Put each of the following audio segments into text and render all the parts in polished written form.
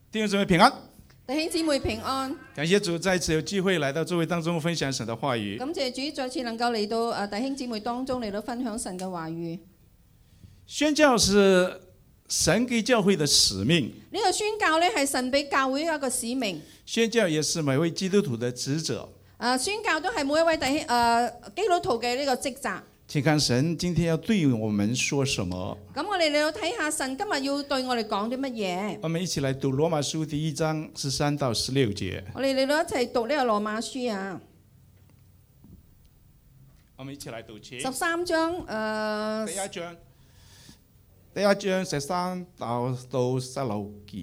弟兄姊妹平安， 弟兄姊妹平安。 感谢主再次有機會來到座位當中分享神的話語。 感謝主再次能夠嚟到弟兄姊妹當中嚟到分享神嘅話語。 宣教是神給教會的使命。 呢個宣教呢係神俾教會一個使命。 宣教也是每位基督徒的職責。 宣教都係每一位基督徒嘅呢個職責。 請看神今天要對我們說什麼。 咁我哋嚟到睇下神今日要對我哋講啲乜嘢。 我們一起來讀羅馬書第1章13到16節。 我哋嚟到一齊讀呢個羅馬書啊。 我們一起來讀經。 13章第一章13到16節。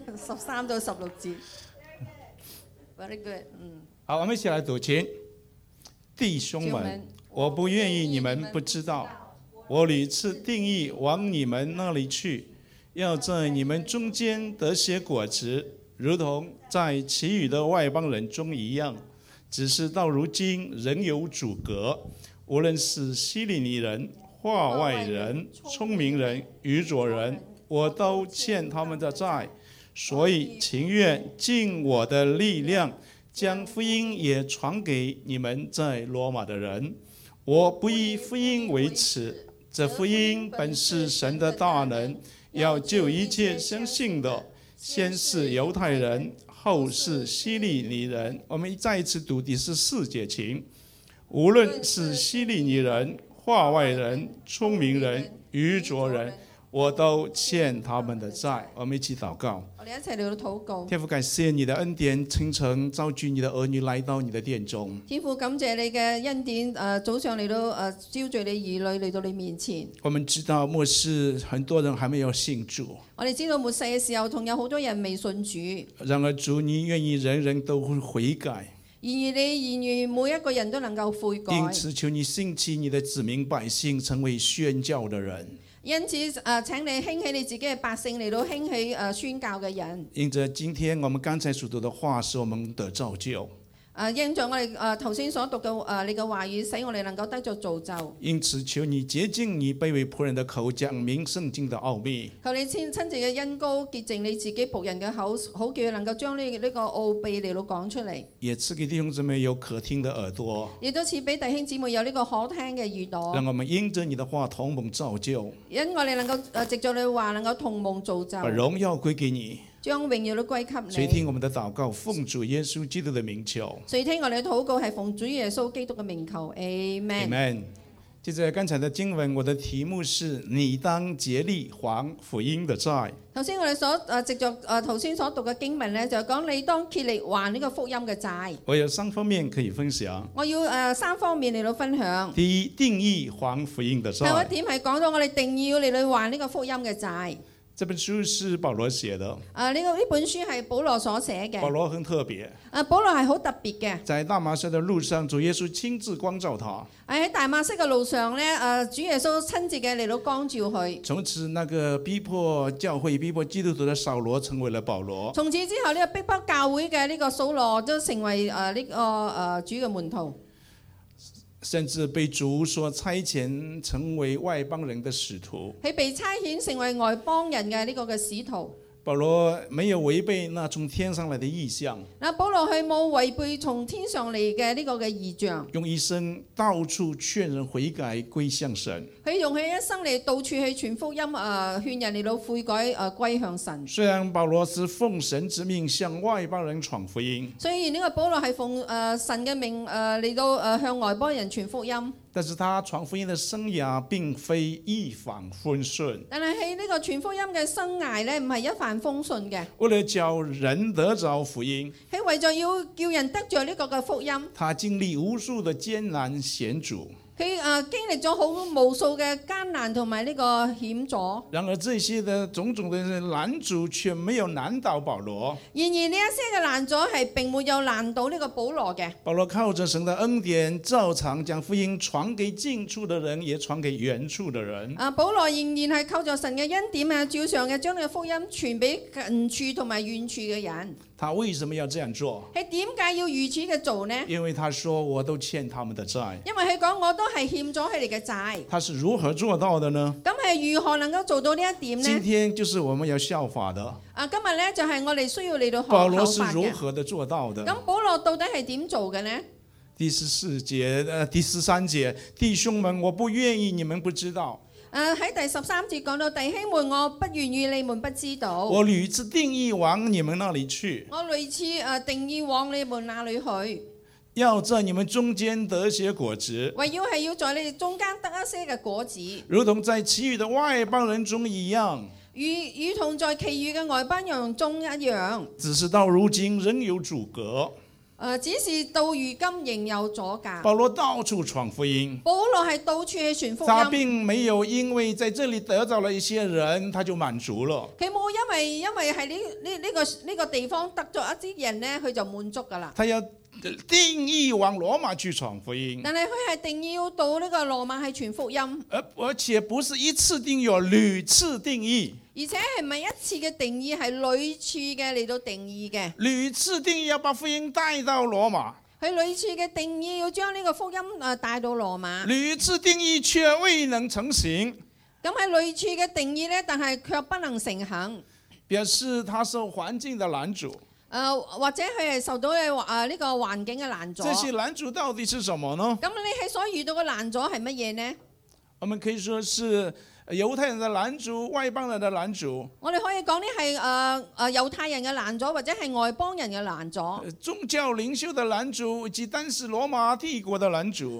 13到16節。Very good。 好，我們一起來讀經。弟兄們，我不願意你們不知道，我屢次定意往你們那裡去，要在你們中間得些果子，如同在其餘的外邦人中一樣。只是到如今仍有阻隔，無論是希利尼人、化外人、聰明人、愚拙人，我都欠他們的債，所以情願盡我的力量，將福音也傳給你們在羅馬的人。我不以福音為恥，這福音本是神的大能，要救一切相信的，先是猶太人，後是希利尼人。我們再一次讀第14節經。無論是希利尼人、化外人、聰明人、愚拙人，我都欠他們的債。我們一起禱告。 我哋一齊嚟到禱告。 天父，感謝你的恩典，清晨召集你的兒女來到你的殿中。 天父，感謝你嘅恩典，早上嚟到召聚你兒女嚟到你面前。 我們知道末世很多人還沒有信主。 我哋知道末世嘅時候，同有好多人未信主。 然而主，你願意人人都悔改。 然而你願每一個人都能夠悔改。 因此求你興起你的子民百姓，成為宣教的人。 因此請你興起你自己嘅百姓嚟到興起宣教嘅人。 因着今天我們剛才所讀的話，使我們得造就。 應著我哋頭先所讀嘅你嘅話語，使我哋能夠得着造就。 因此求你潔淨你卑微僕人的口，講明聖經的奧秘。 求你親自嘅恩膏潔淨你自己僕人嘅口，好叫佢能夠將呢個奧秘嚟到講出嚟。 也賜給弟兄姊妹有可聽的耳朵。 亦都賜俾弟兄姊妹有呢個可聽嘅耳朵。 讓我們因着你的話同蒙造就。 因我哋能夠藉著你話能夠同蒙造就。 把榮耀歸給你。 將榮耀都歸給你。 垂聽我們的禱告，奉主耶穌基督的名求。 垂聽我哋嘅禱告係奉主耶穌基督嘅名求 ，Amen。 Amen。接着剛才的經文，我的題目是你當竭力還福音的債。 頭先我哋所藉著頭先所讀嘅經文咧，就講你當竭力還呢個福音嘅債。 我有3方面可以分享。 我要3方面嚟到分享。 第一，定義還福音的債。 第一點係講到我哋定義要嚟到還呢個福音嘅債。 這本書是保羅寫的。 呢本書係保羅所寫嘅。 保羅很特別。 保羅係好特別嘅。 在大馬色的路上，主耶穌親自光照他。 喺大馬色嘅路上咧，主耶穌親自嘅嚟到光照佢。 從此，那個逼迫教會、逼迫基督徒的掃羅成為了保羅。 從此之後，呢個逼迫教會嘅呢個掃羅都成為呢個主嘅門徒。 甚至被主所差遣成為外邦人的使徒。 佢被差遣成為外邦人嘅呢個嘅使徒。 保羅沒有違背那從天上來的異象。 保羅佢冇違背從天上嚟嘅呢個嘅異象。 用一生到處勸人悔改歸向神。 佢用佢一生嚟到處去傳福音，勸人嚟到悔改，歸向神。 雖然保羅是奉神之命向外邦人傳福音。 雖然呢個保羅係奉神嘅命嚟到向外邦人傳福音。 但是他傳福音的生涯並非一帆風順。 但係喺呢個傳福音嘅生涯咧，唔係一帆風順嘅。 為了叫人得着福音， 係為咗要叫人得着呢個嘅福音， 他經歷無數的艱難險阻。 佢經歷咗好無數嘅艱難同埋呢個險阻。 然而這些的種種的難阻卻沒有難倒保羅。 然而呢一些嘅難阻係並沒有難倒呢個保羅嘅。 保羅靠着神的恩典，照常將福音傳給近處的人，也傳給遠處的人。 保羅仍然係靠着神嘅恩典照常嘅將呢個福音傳俾近處同埋遠處嘅人。 他为什么要这样做？ 係點解要如此嘅做呢？ 因為他說我都欠他們的債。 因為佢講我都係欠咗佢哋嘅債。 他是如何做到的呢？ 咁係如何能夠做到呢一點呢？ 今天就是我們要效法的。 今日呢，就係我哋需要嚟到保羅是效法嘅。 如何的做到的？ 咁保羅到底係點做嘅呢？ 第13節，弟兄們，我不願意你們不知道。 喺第13節講到，弟兄們，我不願意你們不知道。 我屢次定意往你們那裡去。 我屢次定意往你們那裡去。 要在你們中間得些果子。 為要係要在你哋中間得一些嘅果子。 如同在其餘的外邦人中一樣。 如同在其餘嘅外邦人中一樣。 只是到如今仍有阻隔。 只是到如今仍有阻隔。 保羅到處傳福音。 保羅係到處去傳福音。 他並沒有因為在這裡得到了一些人，他就滿足了。 佢冇因為係呢個地方得咗一啲人呢，佢就滿足噶啦。 他要定意往羅馬去傳福音。 但係佢係定意要到呢個羅馬去傳福音。 而且不是一次定義，屢次定義。 而且係咪一次嘅定義，係屢次嘅嚟到定義嘅？ 屢次定義要把福音帶到羅馬。 佢屢次嘅定義要將呢個福音帶到羅馬。 屢次定義卻未能成行。 咁喺屢次嘅定義呢，但係卻不能成行。 表示他受環境的攔阻。 或者佢係受到呢個環境嘅攔阻。 這些攔阻到底是什麼呢？ 咁你喺所遇到嘅攔阻係乜嘢呢？ 我們可以說是猶太人的攔阻，外邦人的攔阻。 我哋可以講呢係猶太人嘅攔阻，或者係外邦人嘅攔阻。 宗教領袖的攔阻，以及當時羅馬帝國的攔阻。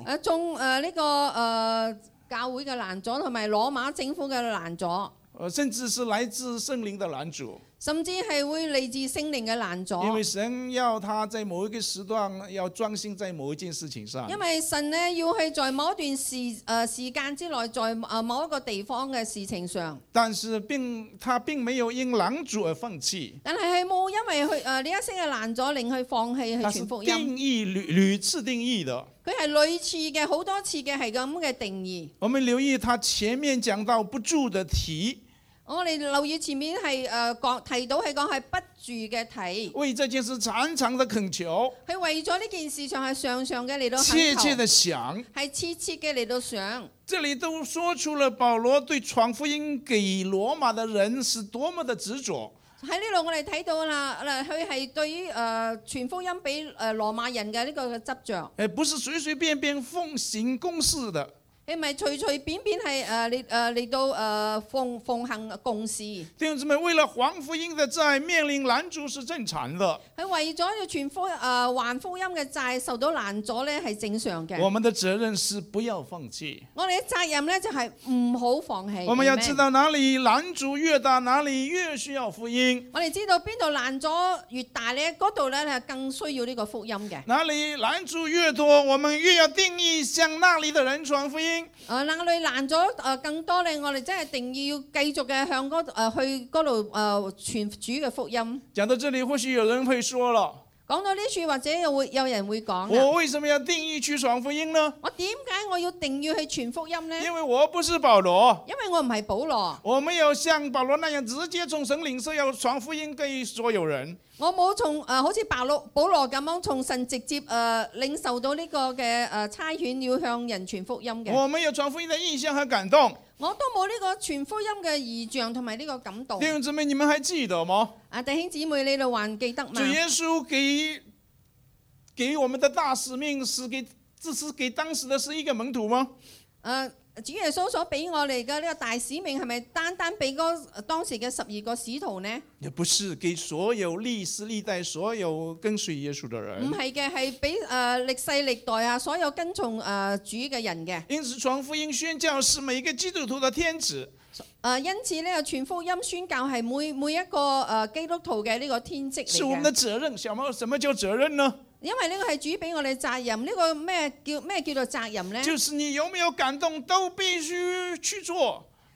教會嘅攔阻，同埋羅馬政府嘅攔阻。 甚至是來自聖靈的攔阻。 甚至係會嚟自聖靈嘅攔阻。 因為神要他在某一個時段要專心在某一件事情上。 因為神呢要係在某一段時間之內，在某一個地方嘅事情上。 但是他並沒有因攔阻而放棄。 但係冇因為佢呢一些嘅攔阻令佢放棄去傳福音。 定義屢次定義的。 佢係屢次嘅，好多次嘅係咁嘅定義。 我們留意他前面講到不住的提。 我哋留意前面係提到係講係不住嘅提， 為這件事常常的懇求， 係為咗呢件事上係常常嘅嚟到懇求， 切切的想， 係切切嘅嚟到想。 這裡都說出了保羅對傳福音給羅馬的人是多麼的執着。 喺呢度我哋睇到啦，佢係對於傳福音俾羅馬人嘅呢個執着， 不是隨隨便便奉行公事的。 你咪隨隨便便係嚟到奉行公事。弟兄姊妹，為了還福音的債面臨攔阻是正常的。 佢為咗要傳還福音嘅債受到攔阻咧，係正常嘅。 我們的責任是不要放棄。 我哋嘅責任咧就係唔好放棄。 我們要知道哪裡攔阻越大，哪裡越需要福音。 我哋知道邊度攔阻越大咧，嗰度咧係更需要呢個福音嘅。 哪裡攔阻越多，我們越要定義向那裡的人傳福音。 那裡攔咗更多咧，我哋真係定義要繼續嘅向去嗰度傳主嘅福音。 講到這裡，或許有人會說了， 講到呢處，或者有人會講， 我為什麼要定義去傳福音呢？ 我點解我要定義去傳福音呢？ 因為我不是保羅， 因為我唔係保羅， 我沒有像保羅那樣直接從神領受要傳福音給所有人。 我冇好似保羅咁樣從神直接領受到呢個嘅差遣要向人傳福音嘅。 我沒有傳福音的意向和感動。 我都冇呢個傳福音嘅異象同埋呢個感動。 弟兄姊妹，你們還記得嗎？ 弟兄姊妹，你哋還記得嗎？ 主耶穌給我們的大使命這是給當時的11個門徒嗎？ 主耶穌所俾我哋嘅呢個大使命係咪單單俾當時嘅12個使徒呢？ 也不是，給所有歷世歷代所有跟隨耶穌的人。 唔係嘅，係俾歷世歷代啊所有跟從主嘅人嘅。 因此傳福音宣教是每一個基督徒的天職。 因此呢個傳福音宣教係每一個基督徒嘅呢個天職嚟嘅。 是我們的責任。什麼叫責任呢？ 因為呢個係主俾我哋責任。呢個咩叫做責任呢？ 就是你有沒有感動都必須去做。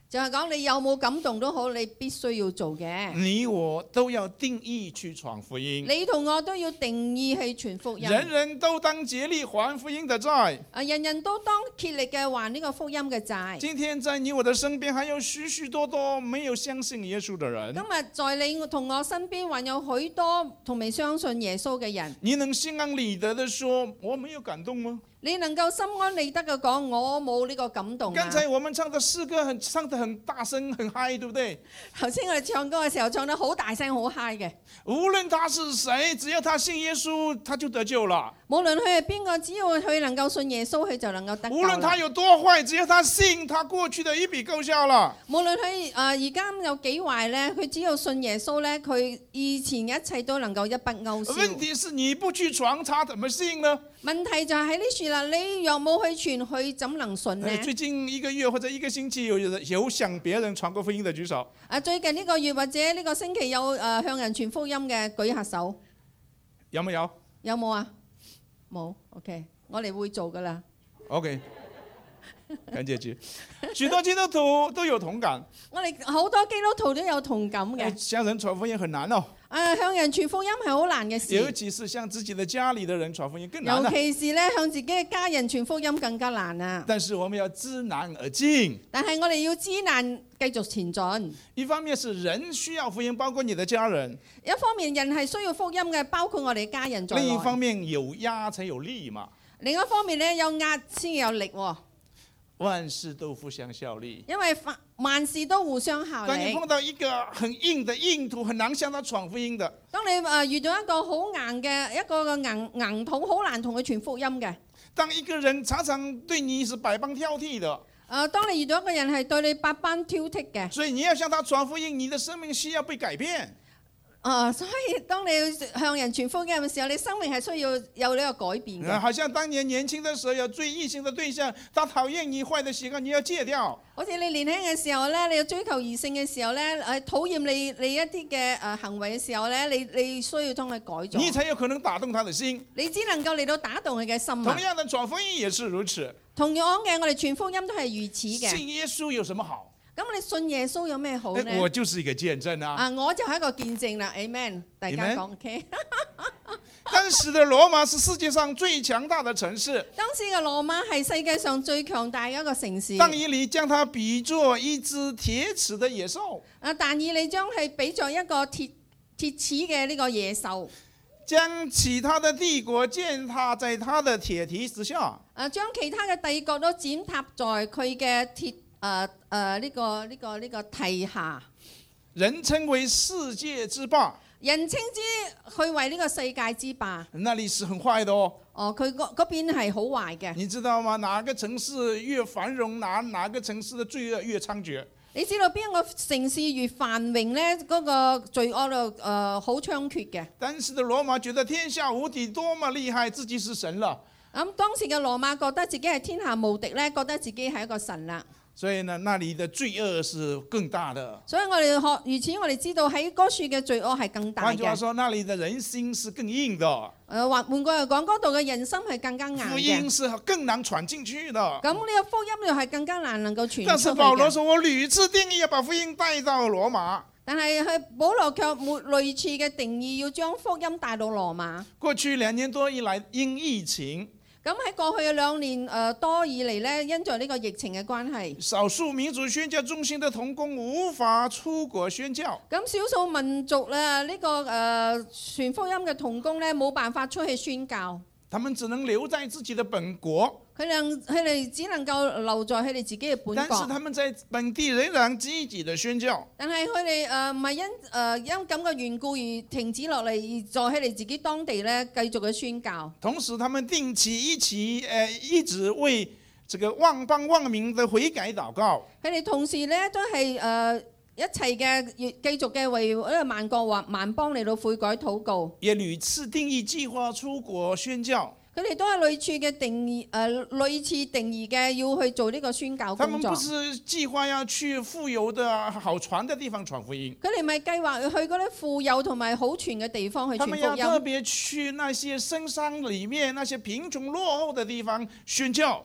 就係講你有冇感動都好，你必須要做嘅。 你我都要定義去傳福音。 你同我都要定義去傳福音。 人人都當竭力還福音的債。 人人都當竭力嘅還呢個福音嘅債。 今天在你我的身邊還有許許多多沒有相信耶穌的人。 今日在你同我身邊還有許多同未相信耶穌嘅人。 你能心安理得的說我沒有感動嗎？ 你能夠心安理得嘅講我冇呢個感動啊？ 剛才我們唱的詩歌唱得很大聲很嗨，對不對？ 頭先我哋唱歌嘅時候唱得好大聲好嗨嘅。 無論他是誰，只要他信耶穌，他就得救了。 無論佢係邊個，只要佢能夠信耶穌，佢就能夠得救。 無論他有多壞，只要他信，他過去的一筆勾銷了。 無論佢而家有幾壞咧，佢只要信耶穌咧，佢以前一切都能夠一筆勾銷。 問題是你不去傳，他怎麼信呢？ 問題就喺呢處啦，你若冇去傳，佢怎能信呢？ 最近一個月或者一個星期有向別人傳過福音的舉手。 最近呢個月或者呢個星期有向人傳福音嘅舉下手。 有冇有？ 有冇啊？冇。OK， 我哋會做噶啦。 OK， 感謝主。許多基督徒都有同感。 我哋好多基督徒都有同感嘅。 向人傳福音很難哦。 向人傳福音係好難嘅事， 尤其是向自己的家裏的人傳福音更難。 尤其是咧向自己嘅家人傳福音更加難啊！ 但是我們要知難而進。 但係我哋要知難繼續前進。 一方面是人需要福音，包括你的家人； 一方面人係需要福音嘅，包括我哋家人在內。 另一方面有壓才有力嘛。 另一方面咧有壓先有力喎。 萬事都互相效力， 因為萬事都互相效力。 當你碰到一個很硬的硬土，很難向他傳福音的。 當你遇到一個好硬嘅一個硬土，好難同佢傳福音嘅。 當一個人常常對你是百般挑剔的。 當你遇到一個人係對你百般挑剔嘅。 所以你要向他傳福音，你的生命需要被改變。 所以當你向人傳福音嘅時候，你生命係需要有呢個改變嘅。 好像當年年輕的時候有追異性的對象，他討厭你壞的習慣，你要戒掉。 好似你年輕嘅時候咧，你要追求異性嘅時候咧，討厭你一啲嘅行為嘅時候咧，你需要將佢改咗。 你才有可能打動他的心。 你只能夠嚟到打動佢嘅心。 同樣的傳福音也是如此。 同樣嘅，我哋傳福音都係如此嘅。 信耶穌有什麼好？ 咁你信耶穌有咩好呢？ 我就是一個見證啊！ 我就係一個見證啦 ，Amen！ 大家講 OK。 當時的羅馬是世界上最強大的城市。 當時嘅羅馬係世界上最強大嘅一個城市。 但以理將它比作一隻鐵齒的野獸。 但以理將係比作一個鐵齒嘅呢個野獸。 將其他的帝國踐踏在他的鐵蹄之下。 將其他嘅帝國都踐踏在佢嘅鐵呢個蹄下。 人稱為世界之霸。 人稱之佢為呢個世界之霸。 那裡是很壞的哦。 佢嗰邊係好壞嘅。 你知道嗎？哪個城市越繁榮，哪個城市的罪惡越猖獗？ 你知道邊個城市越繁榮呢？嗰個罪惡就好猖獗嘅。 當時的羅馬覺得天下無敵，多麼厲害，自己是神了。 咁當時嘅羅馬覺得自己係天下無敵咧，覺得自己係一個神啦。 所以呢，那裡的罪惡是更大的。 所以我哋如此，我哋知道喺嗰處嘅罪惡係更大嘅。 換句話說，那裡的人心是更硬的。 換句話講，嗰度嘅人心係更加硬嘅。 福音是更難傳進去的。 咁呢個福音又係更加難能夠傳出去嘅。 但是保羅說：我屢次定義要把福音帶到羅馬。 但係保羅卻冇類似嘅定義，要將福音帶到羅馬。 過去2年多以來，因疫情。 咁喺過去嘅2年多以嚟咧，因在呢個疫情嘅關係， 少數民族宣教中心嘅同工無法出國宣教。 咁少數民族咧呢個傳福音嘅同工咧冇辦法出去宣教， 他們只能留在自己的本國。 佢哋只能夠留在佢哋自己嘅本國。 但是他們在本地仍然積極的宣教。但係佢哋唔係因咁嘅緣故而停止落嚟，而在佢哋自己當地咧繼續嘅宣教。 同時，他們定期一直為這個萬邦萬民的悔改禱告。 佢哋同時咧都係一齊嘅繼續嘅為呢個萬國或萬邦嚟到悔改禱告。 也屢次定義計劃出國宣教。 佢哋都係類似嘅定義，類似定義嘅要去做呢個宣教工作。 他們不是計劃要去富有的好傳的地方傳福音。 佢哋咪計劃去嗰啲富有同埋好傳嘅地方去傳福音。 他們要特別去那些深山裡面、那些貧窮落後的地方宣教。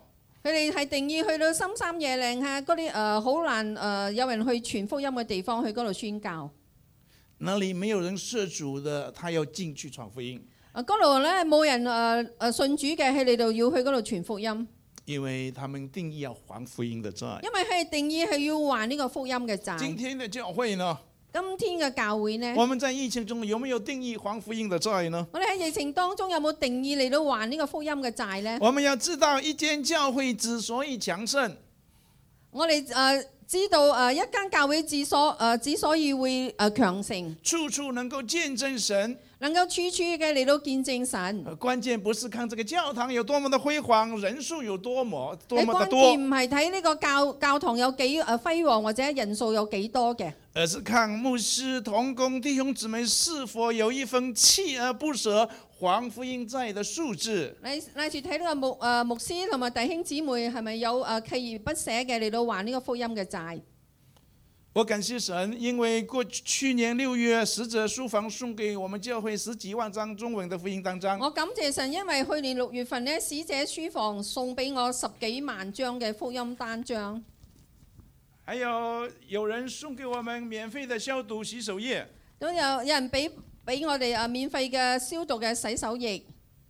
佢哋係定義去到深山野嶺嚇嗰啲好難有人去傳福音嘅地方，去嗰度宣教。 那裡沒有人涉主的，他要進去傳福音。 嗰度咧冇人信主嘅，佢哋就要去嗰度傳福音。 因為他們定義要還福音的債。 因為佢哋定義係要還呢個福音嘅債。 今天的教會呢？ 今天嘅教會呢？ 我們在疫情中有沒有定義還福音的債呢？ 我哋喺疫情當中有冇定義嚟到還呢個福音嘅債呢？ 我們要知道一間教會之所以強盛， 我哋知道一間教會之所以會強盛， 處處能夠見證神， 能夠處處嘅嚟到見證神。 關鍵不是看這個教堂有多麼的輝煌，人數有多麼的多， 關鍵唔係睇呢個教堂有幾輝煌或者人數有幾多嘅， 而是看牧師同工弟兄姊妹是否有一份鍥而不捨還福音債的素質。 例如睇呢個牧師同埋弟兄姊妹係咪有鍥而不捨嘅嚟到還呢個福音嘅債？ 我感謝神，因為去年6月使者書房送給我們教會10幾萬張中文的福音單張。 我感謝神，因為去年6月份呢，使者書房送俾我10幾萬張嘅福音單張。 還有人送給我們免費的消毒洗手液。 都有人俾我哋免費嘅消毒嘅洗手液。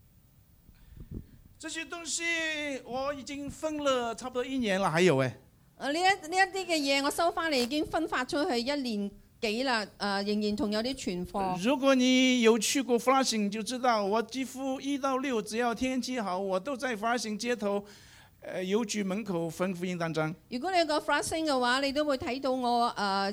這些東西我已經分了差不多1年了，還有呢一啲嘅嘢我收翻嚟已經分發出去1年幾啦，仍然仲有啲存貨。 如果你有去過 Flushing 就知道，我幾乎1到6只要天氣好，我都在 Flushing 街頭郵局門口分福音單張。 如果你有個 Flushing 嘅話，你都會睇到我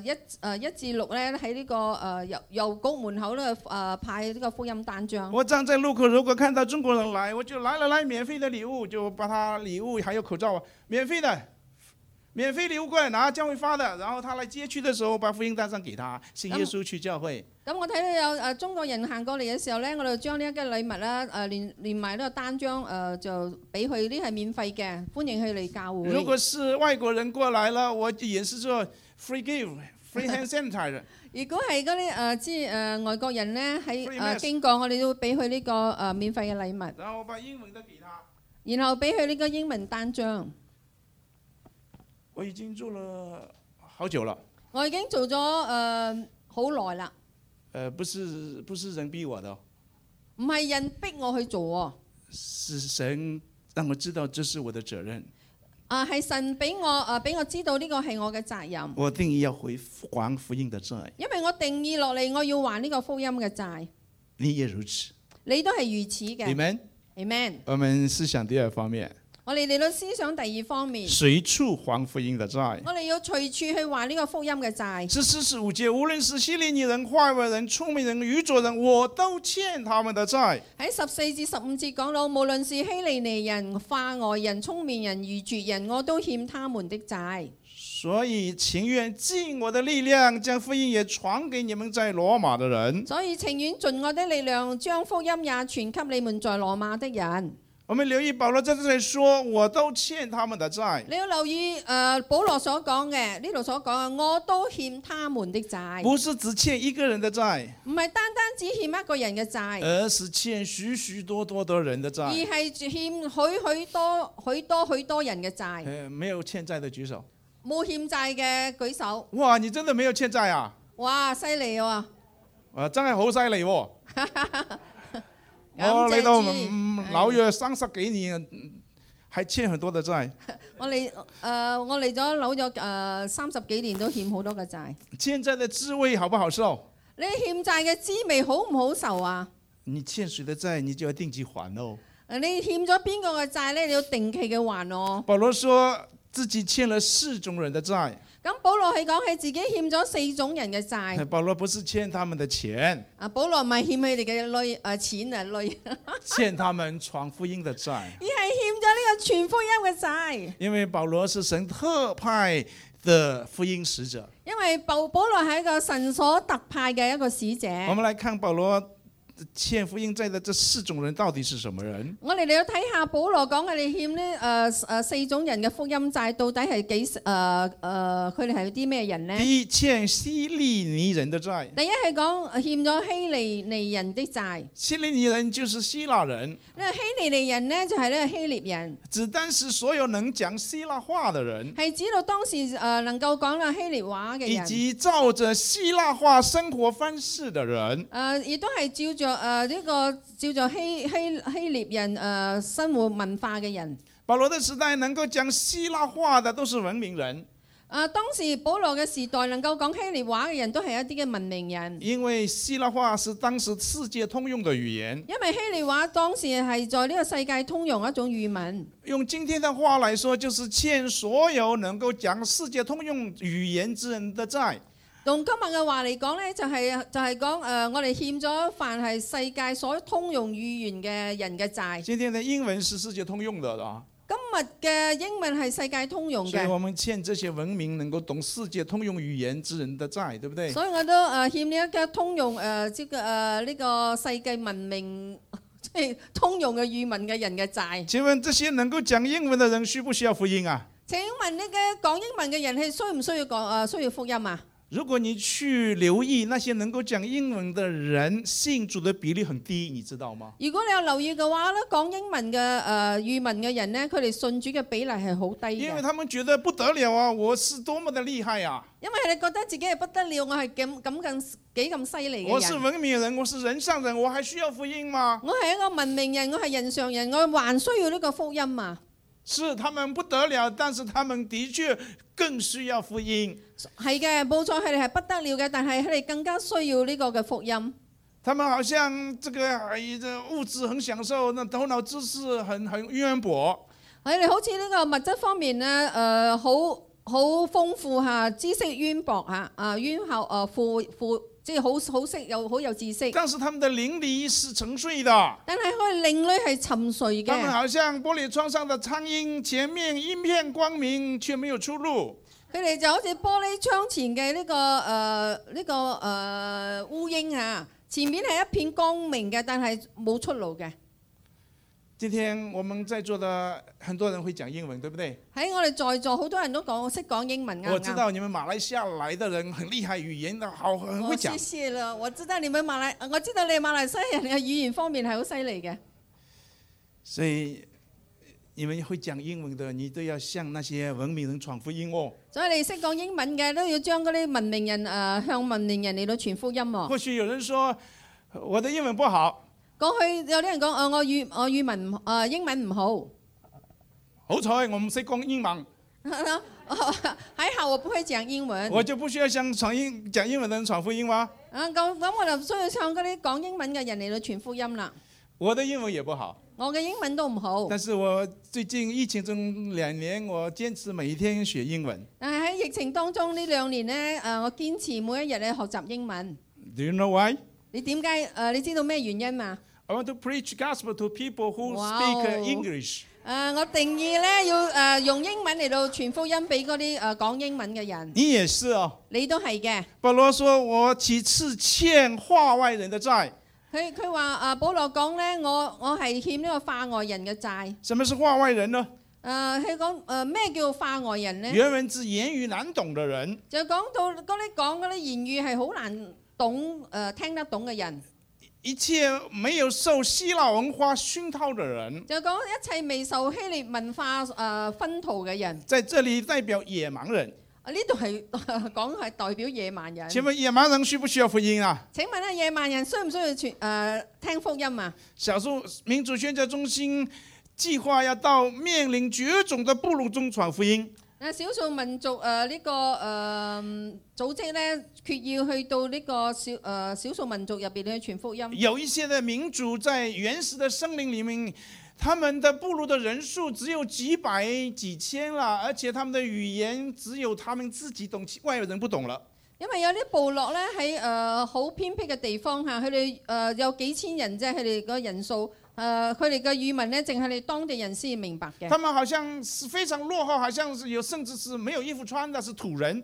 1至6咧喺呢個郵局門口咧派呢個福音單張。 我站在路口，如果看到中國人來，我就來免費的禮物，就把他禮物還有口罩免費禮物過來拿，教會發的，然後他來接去的時候，把福音單上給他，信耶穌去教會。 咁我睇到有中國人行過嚟嘅時候咧，我就將呢一個禮物啦連埋呢個單張就俾佢，呢係免費嘅，歡迎佢嚟教會。 如果是外國人過來了，我也是做 free gift free hand sanitizer。 如果係嗰啲外國人咧喺經過，我哋都會俾佢呢個免費嘅禮物。 然後我把英文的給他。 然後俾佢呢個英文單張。 我已經做了好久了。 我已經做咗好耐啦。 不是人逼我的。 唔係人逼我去做喎。 是神讓我知道這是我的責任。 係神俾我知道呢個係我嘅責任。 我定義要還福音的債。 因為我定義落嚟，我要還呢個福音嘅債。 你也如此。 你都係如此嘅。 Amen。 Amen。 我們思想第2方面。 我哋嚟到思想第2方面， 隨處還福音的債。我哋要隨處去還呢個福音嘅債。 45節，無論是希利尼人、化外人、聰明人、愚拙人，我都欠他們的債。 喺14至15節講到，無論是希利尼人、化外人、聰明人、愚拙人，我都欠他們的債。 所以情願盡我的力量，將福音也傳給你們在羅馬的人。 所以情願盡我的力量，將福音也傳給你們在羅馬的人。 我們留意保羅在這裏說，我都欠他們的債。 你要留意保羅所講嘅，呢度所講嘅，我都欠他們的債。 不是只欠一個人的債， 唔係單單只欠一個人嘅債， 而是欠許許多多的人的債。 而係欠許多人嘅債。 沒有欠債的舉手。 冇欠債嘅舉手。 哇，你真的沒有欠債啊？ 哇，犀利喎！ 真係好犀利喎！我嚟到紐約30幾年，還欠很多的債。我嚟咗紐約30幾年都欠好多嘅債。欠債的滋味好不好受？ 你欠債嘅滋味好唔好受啊？ 你欠誰的債，你就要定期還哦。 你欠咗邊個嘅債咧？你要定期嘅還哦。 保羅說自己欠了4種人的債。 咁保羅係講起自己欠咗4種人嘅債。 保羅不是欠他們的錢。 保羅唔係欠佢哋嘅錢啊， 欠他們傳福音的債。 而係欠咗呢個傳福音嘅債。 因為保羅是神特派的福音使者。 因為保羅係一個神所特派嘅一個使者。 我們來看保羅欠福音債的這4種人到底是什麼人？ 我哋嚟到睇下保羅講佢哋欠呢4種人嘅福音債，到底係佢哋係啲咩人呢？ 第一，欠希利尼人的債。 第一係講欠咗希利尼人的債。 希利尼人就是希臘人。 呢個希利尼人呢，就係呢個希臘人。 指當時所有能講希臘話的人， 係指到當時能夠講啦希臘話嘅人， 以及照着希臘話生活方式的人。 亦都係照着呢個照着希臘人生活文化嘅人。 保羅的時代能夠講希臘話的都是文明人。 當時保羅嘅時代能夠講希臘話嘅人都係一啲嘅文明人。 因為希臘話是當時世界通用的語言。 因為希臘話當時係在呢個世界通用一種語文。 用今天的話來說，就是欠所有能夠講世界通用語言之人的債。 用今日嘅話嚟講呢，就係講我哋欠咗凡係世界所通用語言嘅人嘅債。 今天的英文是世界通用的啊。 今日嘅英文係世界通用嘅。 所以我們欠這些文明能夠懂世界通用語言之人的債，對不對？ 所以我都欠呢一個通用呢個世界文明即係通用嘅語文嘅人嘅債。 請問這些能夠講英文的人需不需要福音啊？ 請問呢個講英文嘅人係需唔需要需要福音啊？ 如果你去留意那些能夠講英文的人，信主的比例很低，你知道嗎？ 如果你有留意嘅話咧，講英文嘅語文嘅人呢，佢哋信主嘅比例係好低嘅。 因為他們覺得不得了啊，我是多麼的厲害啊！ 因為佢哋覺得自己係不得了，我係幾咁犀利嘅人。 我是文明人，我是人上人，我還需要福音嗎？ 我係一個文明人，我係人上人，我還需要呢個福音嘛？ 是他們不得了，但是他們的確更需要福音。 係嘅，冇錯，佢哋係不得了嘅，但係佢哋更加需要呢個嘅福音。 他們好像這個物質很享受，那頭腦知識很淵博。 佢哋好似呢個物質方面呢，好豐富嚇，知識淵博嚇，淵厚富。即係好識又好有知識， 但是他們的靈裡是沉睡的。 但係佢靈裡係沉睡嘅。 他們好像玻璃窗上的蒼蠅，前面一片光明，卻沒有出路。 佢哋就好似玻璃窗前嘅烏蠅啊，前面係一片光明嘅，但係冇出路嘅。 今天我們在座的很多人會講英文，對不對？ 喺我哋在座好多人都識講英文。 我知道你們馬來西亞來的人很厲害，語言的好很會講。謝謝啦，我知道你們我知道你馬來西亞人嘅語言方面係好犀利嘅。 所以你們會講英文的，你都要向那些文明人傳福音哦。 所以你識講英文嘅都要將嗰啲文明人向文明人嚟到傳福音喎。 或許有人說我的英文不好。 過去有啲人講我語文英文唔好， 好彩我唔識講英文， 還好我不會講英文， 我就不需要向講英文的人傳福音嗎？ 咁我就需要向嗰啲講英文嘅人嚟到傳福音啦。 我的英文也不好， 我嘅英文都唔好， 但是我最近疫情中2年，我堅持每一天學英文。 但係喺疫情當中呢2年呢，我堅持每一日咧學習英文。 Do you know why？ 你點解？你知道咩原因嘛 ？I want to preach gospel to people who speak English。 我定義咧要用英文嚟到傳福音俾嗰啲講英文嘅人。 你也是哦。 你都係嘅。 保羅說：我豈是欠化外人的債？ 佢話保羅講咧，我係欠呢個化外人嘅債。 什麼是化外人呢？ 佢講咩叫化外人呢？ 原文指言語難懂的人。就講到講嗰啲言語係好難懂聽得懂嘅人。 一切沒有受希臘文化熏陶的人， 就講一切未受希臘文化熏陶嘅人， 在這裡代表野蠻人。 呢度係講係代表野蠻人。 請問野蠻人需不需要福音啊？ 請問咧，野蠻人需唔需要聽福音啊？ 少數民族宣教中心計劃要到面臨絕種的部落中傳福音。 少數民族呢個組織咧，決要去到呢個少數民族入邊去傳福音。 有一些的民族在原始的森林裡面，他們的部落的人數只有幾百幾千啦，而且他們的語言只有他們自己懂，外人不懂了。 因為有啲部落咧喺好偏僻嘅地方嚇，佢哋有幾千人啫，佢哋個人數。佢哋嘅語文咧，淨係你當地人先明白嘅。 他們好像是非常落後，好像是甚至是沒有衣服穿的，是土人。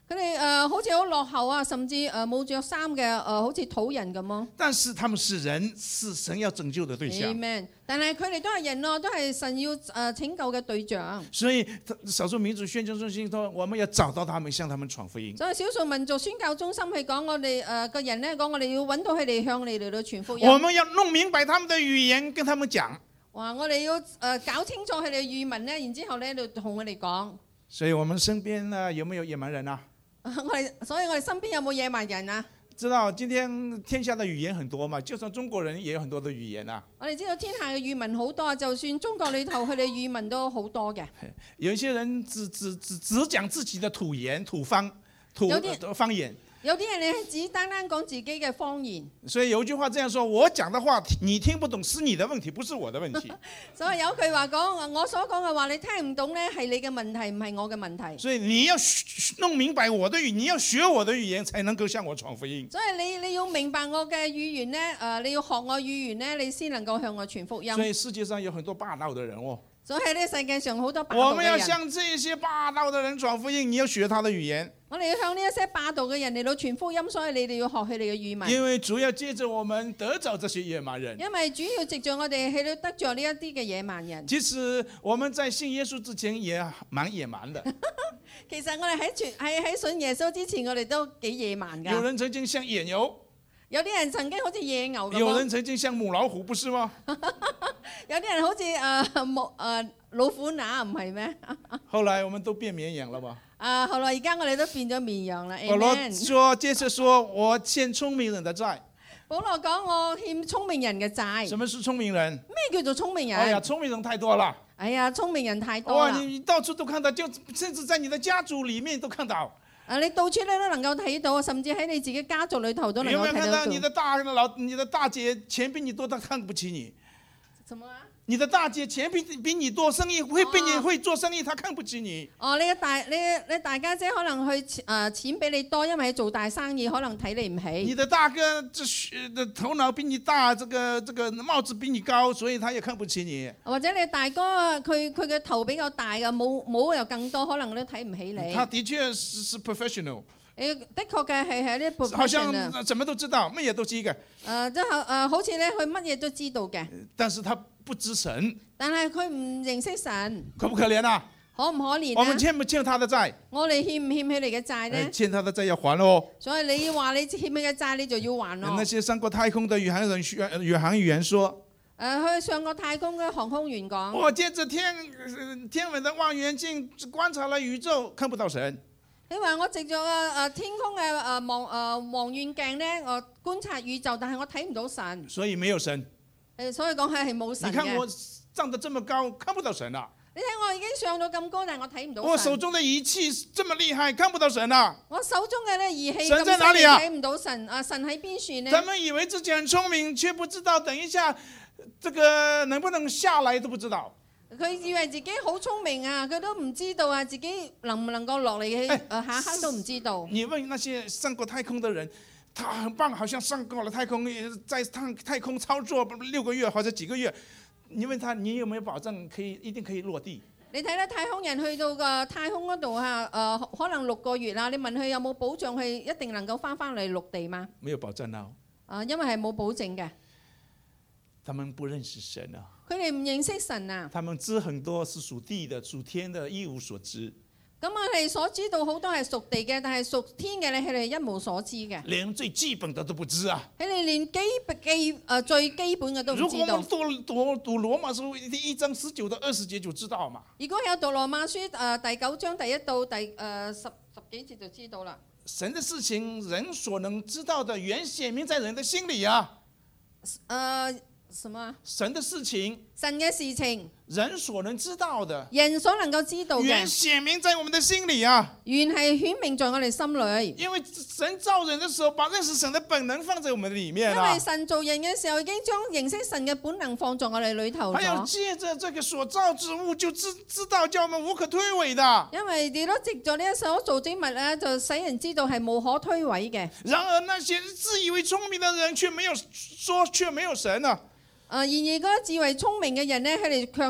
佢哋好似好落後啊，甚至冇着衫嘅好似土人咁咯。 但是他們是人，是神要拯救的對象。 Amen。但係佢哋都係人咯，都係神要拯救嘅對象。 所以少數民族宣教中心說，我們要找到他們，向他們傳福音。 所以少數民族宣教中心去講，我哋個人咧講，我哋要揾到佢哋，向你嚟到傳福音。 我們要弄明白他們的語言，跟他們講。 哇！我哋要搞清楚佢哋嘅語文咧，然之後咧就同佢哋講。 所以我們身邊呢有沒有野蠻人啊？ 所以我哋身邊有冇野蠻人啊？ 知道今天天下的語言很多嘛，就算中國人也有很多的語言啊。 我哋知道天下嘅語文好多，就算中國裏頭佢哋語文都好多嘅。 有一些人只講自己的土言、土方言。 有啲人你只單講自己嘅方言。 所以有一句話這樣說：我講的話你聽不懂，是你的問題，不是我的問題。 所以有句話講，我所講嘅話你聽唔懂呢，係你嘅問題，唔係我嘅問題。 所以你要弄明白我的語，你要學我的語言，才能夠向我傳福音。 所以你要明白我嘅語言呢，你要學我語言呢，你先能夠向我傳福音。 所以世界上有很多霸道的人哦。 所以喺呢世界上好多霸道嘅人。 我們要向這些霸道的人傳福音，你要學他的語言。 我哋要向呢一些霸道嘅人嚟到傳福音，所以你哋要學佢哋嘅語文。 因為主要借着我們得着這些野蠻人。 因為主要藉着我哋去到得着呢一啲嘅野蠻人。 其實我們在信耶穌之前也蠻野蠻的。 其實我哋喺信耶穌之前，我哋都幾野蠻㗎。 有人曾經像野牛。 有啲人曾經好似野牛咁。 有人曾經像母老虎，不是嗎？ 有啲人好似老虎乸，唔係咩？ 後來我們都變綿羊了吧？ 後來而家我哋都變咗綿羊啦。 保羅接着說：我欠聰明人的債。 保羅講我欠聰明人嘅債。 什麼是聰明人？ 咩叫做聰明人？ 哎呀，聰明人太多了。 哎呀，聰明人太多啦。 哇，你到處都看到，就甚至在你的家族裡面都看到。 你到處都能夠睇到，甚至喺你自己家族裏頭都能夠睇到。有冇看到你的大姐錢比你多，她看不起你？ 什麼啊？ 你的大姐錢比你多，生意會比你會做生意，她看不起你。 你大家姐可能錢比你多，因為做大生意可能睇你唔起。 你的大哥的頭腦比你大，這個帽子比你高，所以他也看不起你。 或者你大哥佢嘅頭比較大嘅，帽又更多，可能都睇唔起你。 他的確是 professional。 的確嘅係啲 professional。 好像什麼都知道，乜嘢都知嘅。 好似咧佢乜嘢都知道嘅。 但是他不知神。 但係佢唔認識神。 可不可憐啊？ 可唔可憐啊？ 我們欠不欠他的債？ 我哋欠唔欠佢哋嘅債呢？ 欠他的債要還咯。 所以你話你欠佢嘅債，你就要還咯。 那些上過太空的宇航員說。 去上過太空嘅航空員講。 我借着天文的望遠鏡觀察了宇宙，看不到神。 你話我藉著天空嘅望遠鏡咧，我觀察宇宙，但係我睇唔到神。 所以沒有神。 所以講係冇神嘅。 你看我長得這麼高，看不到神啊！ 你睇我已經上到咁高，但係我睇唔到神。 我手中的儀器這麼厲害，看不到神啊！ 我手中嘅咧儀器神在哪裡啊？ 睇唔到神啊！神喺邊處呢？ 咱們以為自己很聰明，卻不知道等一下這個能不能下來都不知道。 佢以為自己好聰明啊，佢都唔知道啊，自己能唔能夠落嚟下刻都唔知道。 你問那些上過太空的人，他很棒，好像上過了太空，在太空操作6個月或者幾個月。你問他，你有沒有保證一定可以落地？ 你睇咧太空人去到個太空嗰度可能6個月啦。你問佢有冇保障，佢一定能夠翻嚟陸地嗎？ 沒有保證啊。 因為係冇保證嘅。 他們不認識神啊。 佢哋唔認識神啊！ 他們知很多是屬地的、屬天的，一無所知。 咁我哋所知道好多係屬地嘅，但係屬天嘅咧，佢哋一無所知嘅。 連最基本的都不知啊！ 佢哋連最基本嘅都唔知道。 如果我們讀羅馬書1章19到20節就知道嘛。 如果有讀羅馬書第9章第1到第十幾節就知道啦。 神的事情，人所能知道的，原顯明在人的心裡啊。 什麼？ 神的事情， 神嘅事情， 人所能知道的， 人所能夠知道嘅， 原顯明在我們的心裡啊。 原係顯明在我哋心裡。 因為神造人的時候，把認識神的本能放在我們裡面啊。 因為神造人嘅時候，已經將認識神嘅本能放在我哋裡頭咗。 還有借着這個所造之物，就知道叫我們無可推諉的。 因為你都藉咗呢一所造之物咧，就使人知道係無可推諉嘅。 然而那些自以為聰明的人，卻沒有神啊。 然而嗰個自為聰明嘅人呢，佢哋卻說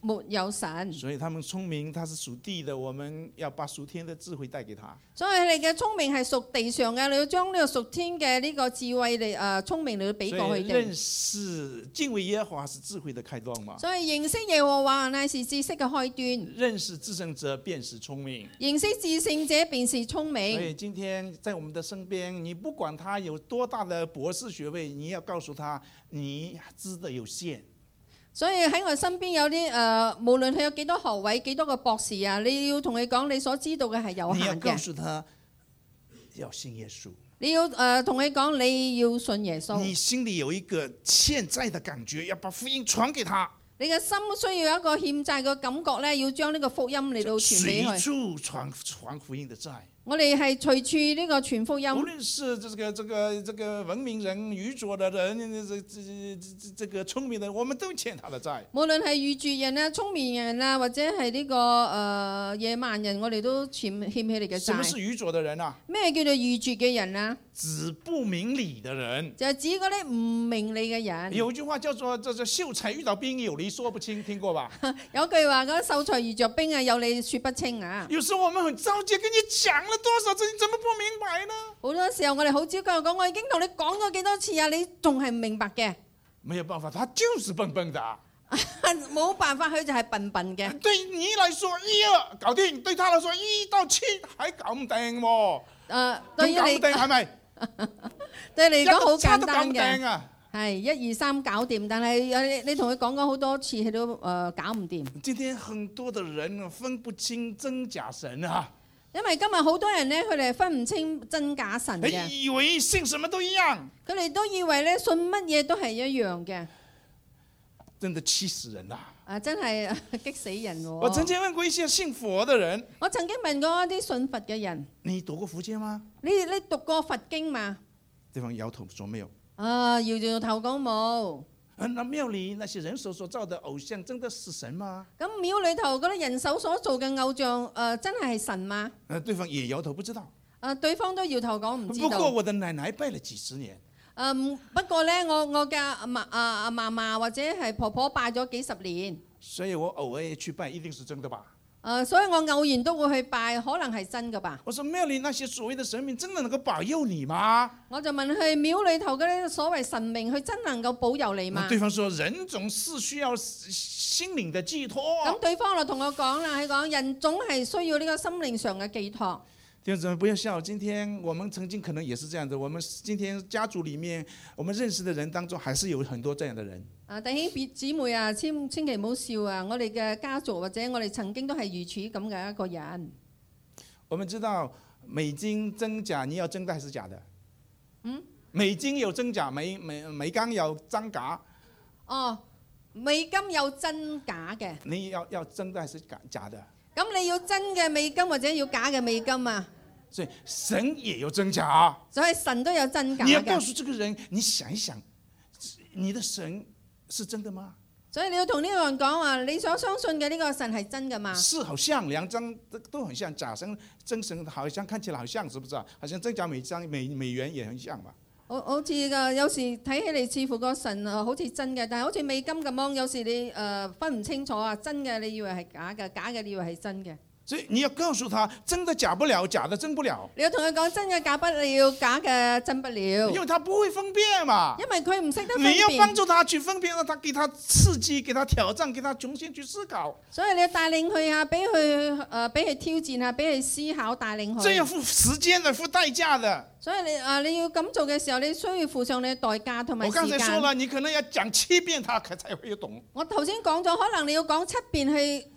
沒有神。 所以他們聰明，他是屬地的，我們要把屬天的智慧帶給他。 所以你嘅聰明係屬地上嘅，你要將呢個屬天嘅呢個智慧嚟聰明嚟俾過佢哋。 認識敬畏耶和華是智慧的開端嘛。 所以認識耶和華乃是知識嘅開端。 認識至聖者便是聰明。 認識至聖者便是聰明。 所以今天在我們的身邊，你不管他有多大的博士學位，你要告訴他你知得有限。 所以喺我身邊有啲無論佢有幾多學位、幾多個博士啊，你要同佢講你所知道嘅係有限嘅。 你要告訴他要信耶穌。 你要同佢講你要信耶穌。 你心裡有一個欠債的感覺，要把福音傳給他。 你嘅心需要有一個欠債嘅感覺咧，要將呢個福音嚟到傳俾佢。 隨處傳福音的債。 我哋係隨處呢個傳福音。 無論是這個文明人、愚拙的人、這個聰明的人，我們都欠他的債。 無論係愚拙人啊、聰明人啊，或者係呢個野蠻人，我哋都欠起你嘅債。 什麼是愚拙的人啊？ 咩叫做愚拙嘅人啊？ 指不明理的人。 就係指嗰啲唔明理嘅人。 有句話叫做秀才遇到兵，有理說不清，聽過吧？ 有句話嗰秀才遇着兵啊，有理說不清啊。 有時候我們很着急，跟你講了多少次，你怎麼不明白呢？ 好多時候我哋好焦急講，我已經同你講咗幾多次啊，你仲係唔明白嘅？ 沒有辦法，他就是笨笨的。 冇辦法，佢就係笨笨嘅。 對你來說1、2搞定，對他來說1到7還搞唔定喎。 對於你係咪？ 對你嚟講好簡單嘅。 係1、2、3搞掂，但係你同佢講咗好多次，佢都搞唔掂。 今天很多的人分不清真假神啊。 因為今日好多人咧，佢哋分唔清真假神嘅， 以為信什麼都一樣。 佢哋都以為咧信乜嘢都係一樣嘅。 真的氣死人啦！ 真係激死人喎！ 我曾經問過一些信佛的人， 我曾經問過一啲信佛嘅人， 你讀過佛經嗎？ 你讀過佛經嗎？ 對方搖頭說沒有。 搖頭講冇。 那廟裏那些人手所造的偶像真的是神嗎？ 咁廟裏頭嗰啲人手所做嘅偶像，真係神嗎？ 對方也搖頭不知道。 對方都搖頭講唔知道。 不過我的奶奶拜了幾十年。 不過咧，我嘅嫲嫲或者係婆婆拜咗幾十年。 所以我偶爾去拜，一定是真的吧？ 所以我偶然都會去拜，可能係真嘅吧？ 我說廟裏那些所謂的神明真的能夠保佑你嗎？ 我就問佢廟裏頭嗰啲所謂神明，佢真能夠保佑你嗎？ 對方說人總是需要心靈的寄託。 咁對方就同我講啦，佢講人總係需要呢個心靈上嘅寄託。 弟兄姊妹不要笑，今天我們曾經可能也是這樣子。我們今天家族裡面，我們認識的人當中，還是有很多這樣的人。 弟兄姊妹啊，千祈唔好笑啊！我哋嘅家族或者我哋曾經都係如此咁嘅一個人。 我們知道美金真假，你要真的還是假的？美金有真假，美金有真假。 美金有真假嘅。 你要真的還是假的？ 咁你要真嘅美金或者要假嘅美金啊？ 所以神也有真假。 所以神都有真假嘅。 你要告訴這個人，你想一想，你的神是真的嗎？ 所以你要同呢個人講話，你所相信嘅呢個神係真嘅嘛？ 是，好像兩張都很像，假神真神好像看起來好像，是不是？好像真假美元也很像吧？ 好似有時睇起嚟似乎個神好似真嘅，但係好似美金咁樣，有時你分唔清楚啊，真嘅你以為係假嘅，假嘅你以為係真嘅。 所以你要告訴他，真的假不了，假的真不了。 你要同佢講真嘅假不了，假嘅真不了。 因為他不會分辨嘛。 因為佢唔識得分辨。 你要幫助他去分辨，讓他給他刺激，給他挑戰，給他重新去思考。 所以你要帶領佢啊，俾佢挑戰啊，俾佢思考，帶領佢。 這要付時間的，付代價的。 所以你要咁做嘅時候，你需要付上你嘅代價同埋時間。 我剛才說了，你可能要講7遍，他才會懂。 我頭先講咗，可能你要講7遍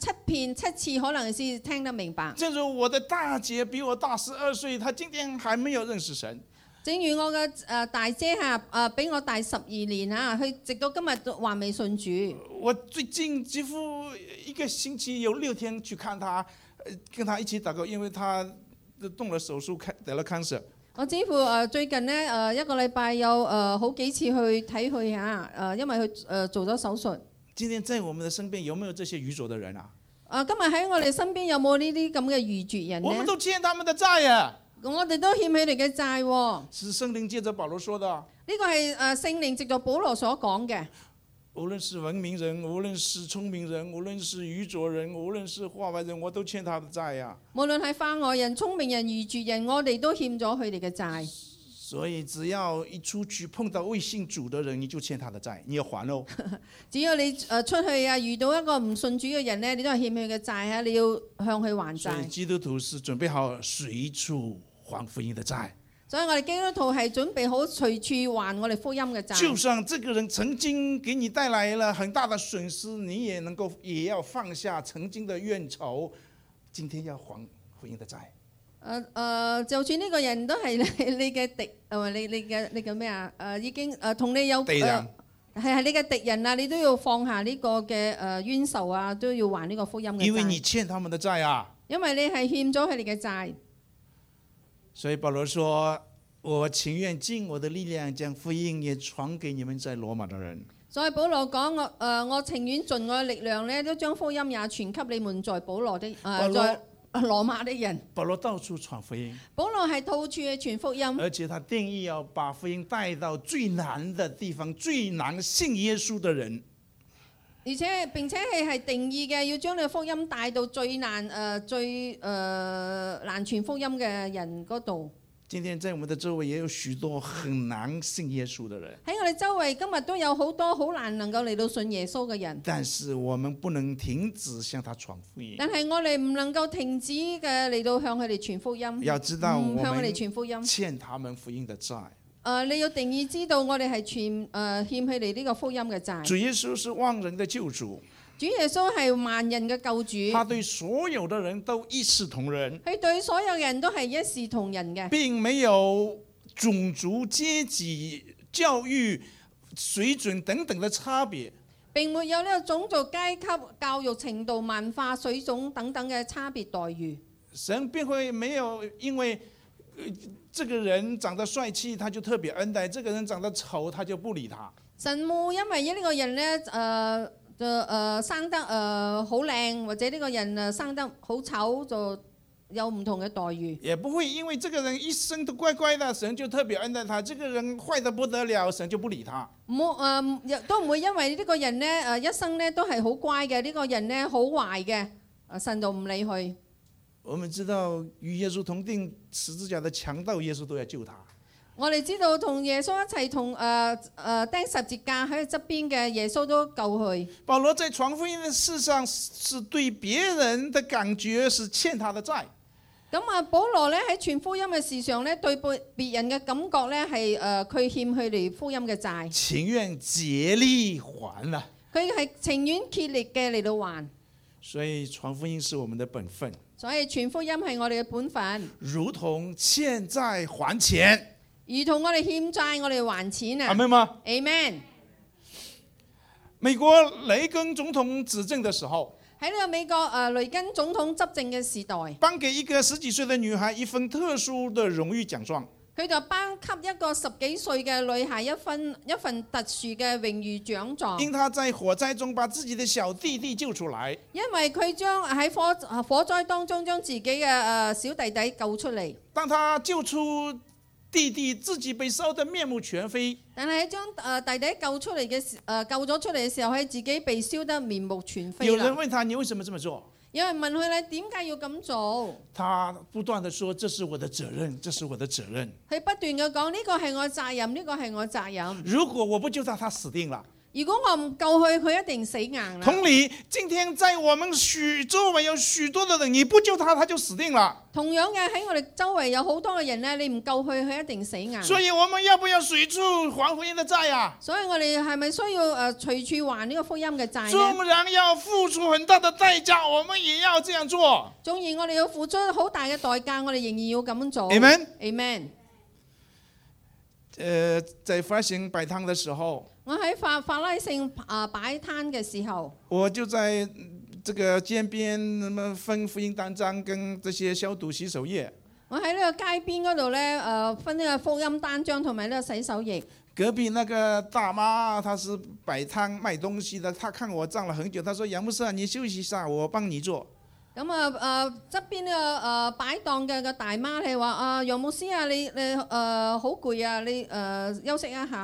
7次，可能先聽得明白。 正如我的大姐比我大12歲，她今天還沒有認識神。 正如我嘅大姐比我大12年佢直到今日都還未信主。 我最近幾乎一個星期有6天去看她，跟她一起禱告，因為她動了手術，得了 cancer。 我幾乎最近呢一個禮拜有好幾次去睇佢因為佢做咗手術。 今天在我們的身邊有沒有這些愚拙的人啊？ 今日喺我哋身邊有冇呢啲咁嘅愚拙人呢？ 我們都欠他們的債啊！ 我哋都欠佢哋嘅債喎。 是聖靈借着保羅說的。 呢個係聖靈藉着保羅所講嘅。 无論是文明人，無論是聰明人，無論是愚拙人，無論是化外人，我都欠他的債呀。 無論係化外人、聰明人、愚拙人，我哋都欠咗佢哋嘅債。 所以只要一出去碰到未信主的人，你就欠他的債，你要還哦。 只要你出去啊，遇到一個唔信主嘅人咧，你都係欠佢嘅債啊，你要向佢還債。 所以基督徒是準備好隨處還福音的債。 所以我哋基督徒係準備好隨處還我哋福音嘅債。 就算這個人曾經給你帶來了很大的損失，你也要放下曾經的怨仇，今天要還福音的債。 就算呢個人都係你嘅敵，你叫咩啊？已經同你有敵人，係你嘅敵人啊！你都要放下呢個嘅冤仇啊，都要還呢個福音嘅債。 因為你欠他們的債啊。 因為你係欠咗佢哋嘅債。 所以保羅說：我情願盡我的力量，將福音也傳給你們在羅馬的人。 所以保羅講我情願盡我嘅力量咧，都將福音也傳給你們在在羅馬的人。 保羅到處傳福音。 保羅係到處去傳福音。 而且他定義要把福音帶到最難的地方，最難信耶穌的人。 而且並且係定義嘅，要將你嘅福音帶到最難傳福音嘅人嗰度。 今天在我們的周圍也有許多很難信耶穌的人。 喺我哋周圍今日都有好多好難能夠嚟到信耶穌嘅人。 但是我們不能停止向他傳福音。 但係我哋唔能夠停止嘅嚟到向佢哋傳福音。 要知道我們欠他們福音的債。 你要定義知道我哋係欠佢哋呢個福音嘅債。 主耶穌是萬人的救主。 主耶穌係萬人嘅救主， 他對所有的人都一視同仁。 佢對所有人都係一視同仁嘅， 並沒有種族、階級、教育水準等等的差別。 並沒有呢個種族、階級、教育程度、文化水準等等嘅差別待遇。 神並會沒有因為這個人長得帥氣，他就特別恩待；這個人長得醜，他就不理他。 神冇因為呢個人咧生得好靚，或者呢個人生得好醜，就有唔同嘅待遇。 也不會因為這個人一生都乖乖的，神就特別恩待他；這個人壞得不得了，神就不理他。 都唔會因為呢個人咧一生咧都係好乖嘅，呢個人咧好壞嘅，神就唔理佢。 我們知道與耶穌同釘十字架的強盜，耶穌都要救他。 我哋知道同耶穌一齊同釘十字架喺佢側邊嘅耶穌都救佢。 保羅在傳福音的事上是對別人的感覺是欠他的債。 咁保羅咧喺傳福音嘅事上咧，對別人嘅感覺咧係佢欠佢哋福音嘅債， 情願竭力還啦。 佢係情願竭力嘅嚟到還。 所以傳福音是我們的本分。 所以傳福音係我哋嘅本分。 如同欠債還錢。 如同我哋欠債，我哋還錢啊！ 阿們嗎 Amen。 美國雷根總統執政的時候， 喺呢個美國雷根總統執政嘅時代， 頒給一個10幾歲的女孩一份特殊的榮譽獎狀。 佢就頒給一個10幾歲嘅女孩一份特殊嘅榮譽獎狀。 因她在火災中把自己的小弟弟救出來。 因為佢將喺火災當中將自己嘅小弟弟救出嚟。 當他救出弟弟，自己被燒得面目全非。 但係將弟弟救咗出嚟嘅時候，佢自己被燒得面目全非。 有人問他：你為什麼這麼做？ 有人問佢：你點解要咁做？ 他不斷地說：這是我的責任，這是我的責任。 佢不斷嘅講：呢個係我責任，呢個係我責任。 如果我不救他，他死定了。 如果我唔救佢，佢一定死硬啦。 同理，今天在我們周圍有許多的人，你不救他，他就死定了。 同樣嘅喺我哋周圍有好多嘅人咧，你唔救佢，佢一定死硬。 所以我們要不要隨處還福音的債啊？ 所以我哋係咪需要隨處還呢個福音嘅債？ 縱然要付出很大的代價，我們也要這樣做。 縱然我哋要付出好大嘅代價，我哋仍然要咁樣做。 Amen。 Amen。 在發行擺攤的時候， 我喺法拉盛擺攤嘅時候， 我就在這個街邊分福音單張跟這些消毒洗手液。 我喺呢個街邊嗰度咧分呢個福音單張同埋呢個洗手液。 隔壁那個大媽，她是擺攤賣東西的，她看我站了很久，她說：楊牧師，你休息一下，我幫你做。 咁側邊呢個擺檔嘅個大媽係話：楊牧師啊，你好攰啊，你休息一下。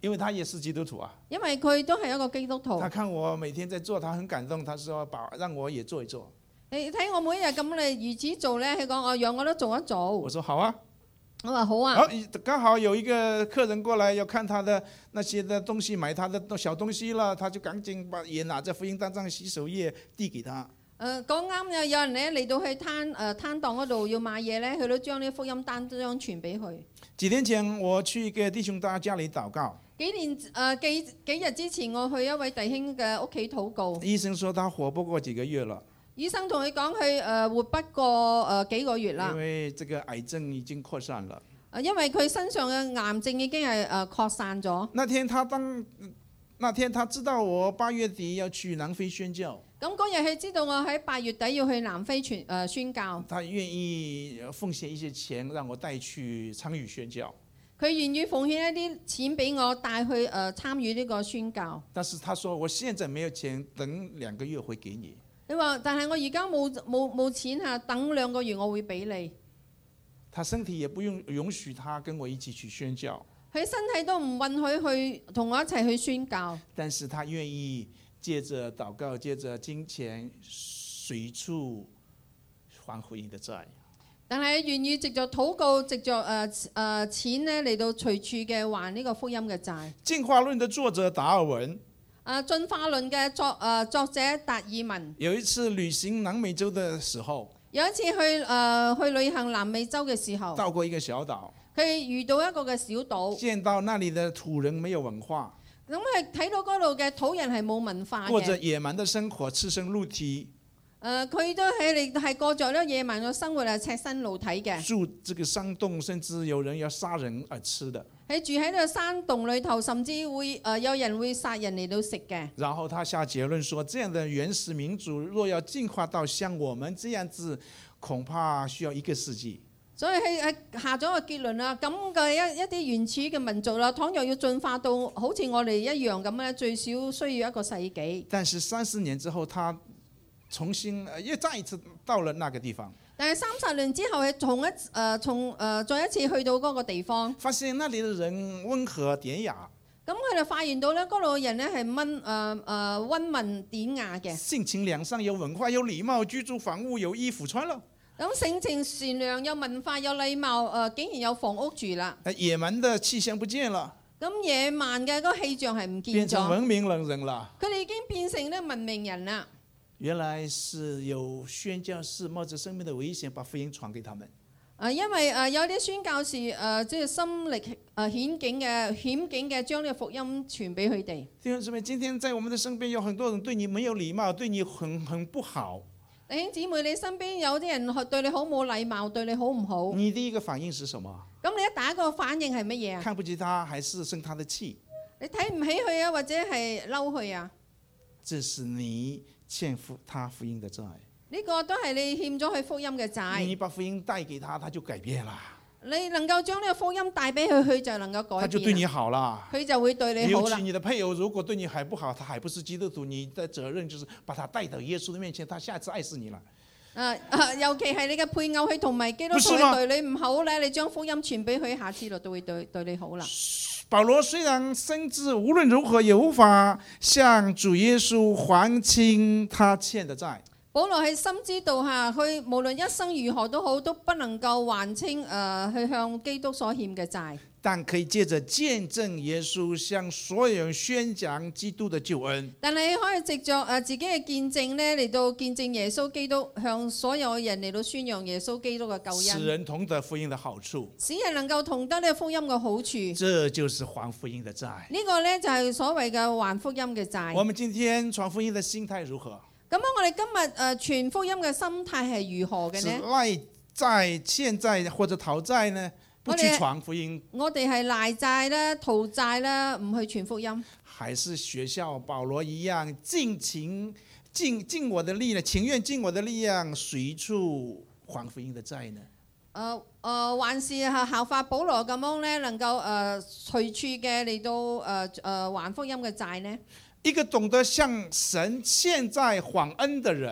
因為他也是基督徒啊。 因為佢都係一個基督徒。 他看我每天在做，他很感動，他說讓我也做一做。 你睇我每一日咁嚟如此做咧，佢講我讓我都做一做。 我說好啊。 我話好啊。 剛好有一個客人過來要看他的那些的東西，買他的小東西了，他就趕緊也拿着福音單張洗手液遞給他。 講啱有人咧嚟到去攤檔嗰度要買嘢咧，佢都將呢福音單張傳俾佢。 幾年前我去一個弟兄家裏禱告。 幾日之前我去一位弟兄嘅屋企禱告。 醫生說他活不過幾個月了。 醫生同佢講佢活不過幾個月啦。 因為這個癌症已經擴散了。 因為佢身上嘅癌症已經係擴散咗。 那天他知道我8月底要去南非宣教。 咁嗰日佢知道我喺8月底要去南非宣教。 他願意奉獻一些錢讓我帶去參與宣教。 佢願意奉獻一啲錢俾我帶去參與呢個宣教。 但是他說我現在沒有錢，等2個月會給你。 你話，但係我而家冇錢啊，等2個月我會俾你。 他身體也不允許他跟我一起去宣教。 佢身體都唔允許去同我一齊去宣教。 但是他願意借着禱告，借着金錢，隨處還福音的債。 但係願意藉着禱告，藉着錢咧嚟到隨處嘅還呢個福音嘅債。 進化論的作者達爾文。 進化論嘅作者達爾文。 有一次旅行南美洲的時候。 有一次去旅行南美洲嘅時候。 到過一個小島。 佢遇到一個嘅小島。 見到那裡的土人沒有文化。 咁佢睇到嗰度嘅土人係冇文化嘅。 過着野蠻的生活，赤身露體。 佢都係過着咧野蠻嘅生活，係赤身露體嘅。 住這個山洞，甚至有人要殺人而吃的。 係住喺呢個山洞裏頭，甚至會有人會殺人嚟到食嘅。 然後他下結論說，這樣的原始民族若要進化到像我們這樣子，恐怕需要1個世紀。 所以係下咗個結論啦，咁嘅一啲原始嘅民族啦，倘若要進化到好似我哋一樣咁咧，最少需要1個世紀。 但是30年之後，他重新又再一次到了那個地方。 但係30年之後，係再一次去到嗰個地方， 發現那裡的人溫和典雅。 咁佢就發現到咧，嗰度嘅人咧係溫文典雅嘅， 性情良善，有文化，有禮貌，居住房屋有衣服穿了。 咁性情善良，有文化，有禮貌，竟然有房屋住啦。 野蠻的氣象不見了。 咁野蠻嘅嗰個氣象係唔見咗。 變成文明人啦。 佢哋已經變成咧文明人啦。 原來是有宣教士冒着生命的危險把福音傳給他們。 因為有啲宣教士即係心歷險境嘅將呢個福音傳俾佢哋。 弟兄姊妹，今天在我們的身邊有很多人對你沒有禮貌，對你很不好。 弟兄姊妹，你身邊有啲人對你好冇禮貌，對你好唔好？ 你第一個反應是什麼？ 咁你一打個反應係乜嘢啊？ 看不起他，還是生他的氣？ 你睇唔起佢啊，或者係嬲佢啊？ 這是你欠他福音的債。 呢個都係你欠咗佢福音嘅債。 你把福音帶給他，他就改變啦。 你能夠將呢個福音帶俾佢，佢就能夠改變。 他就對你好啦。 佢就會對你好啦。 尤其你的配偶如果對你還不好，他還不是基督徒，你的責任就是把他帶到耶穌的面前，他下次愛死你了。 尤其係你嘅配偶，佢同埋基督徒對你唔好咧，你將福音傳俾佢，下次就會對你好啦。 保羅雖然深知無論如何也無法向主耶穌還清他欠的債。 保羅係深知道下，佢無論一生如何都好，都不能夠還清去向基督所欠嘅債。 但可以借着見證耶穌，向所有人宣講基督的救恩。 但係可以藉着自己嘅見證咧，嚟到見證耶穌基督，向所有人嚟到宣揚耶穌基督嘅救恩。 使人同得福音的好處。 使人能夠同得呢個福音嘅好處。 這就是還福音的債。 呢個咧就係所謂嘅還福音嘅債。 我們今天傳福音的心態如何？ 咁我哋今日傳福音嘅心態係如何嘅呢？ 是賴債、欠債或者討債呢？不去傳福音。 我哋係賴債啦、討債啦，唔去傳福音。 還是學校保羅一樣，盡我的力量，情願盡我的力量，隨處還福音的債呢？ 還是效法保羅咁樣咧，能夠隨處嘅嚟到還福音嘅債呢？ 一個懂得向神欠債還恩的人，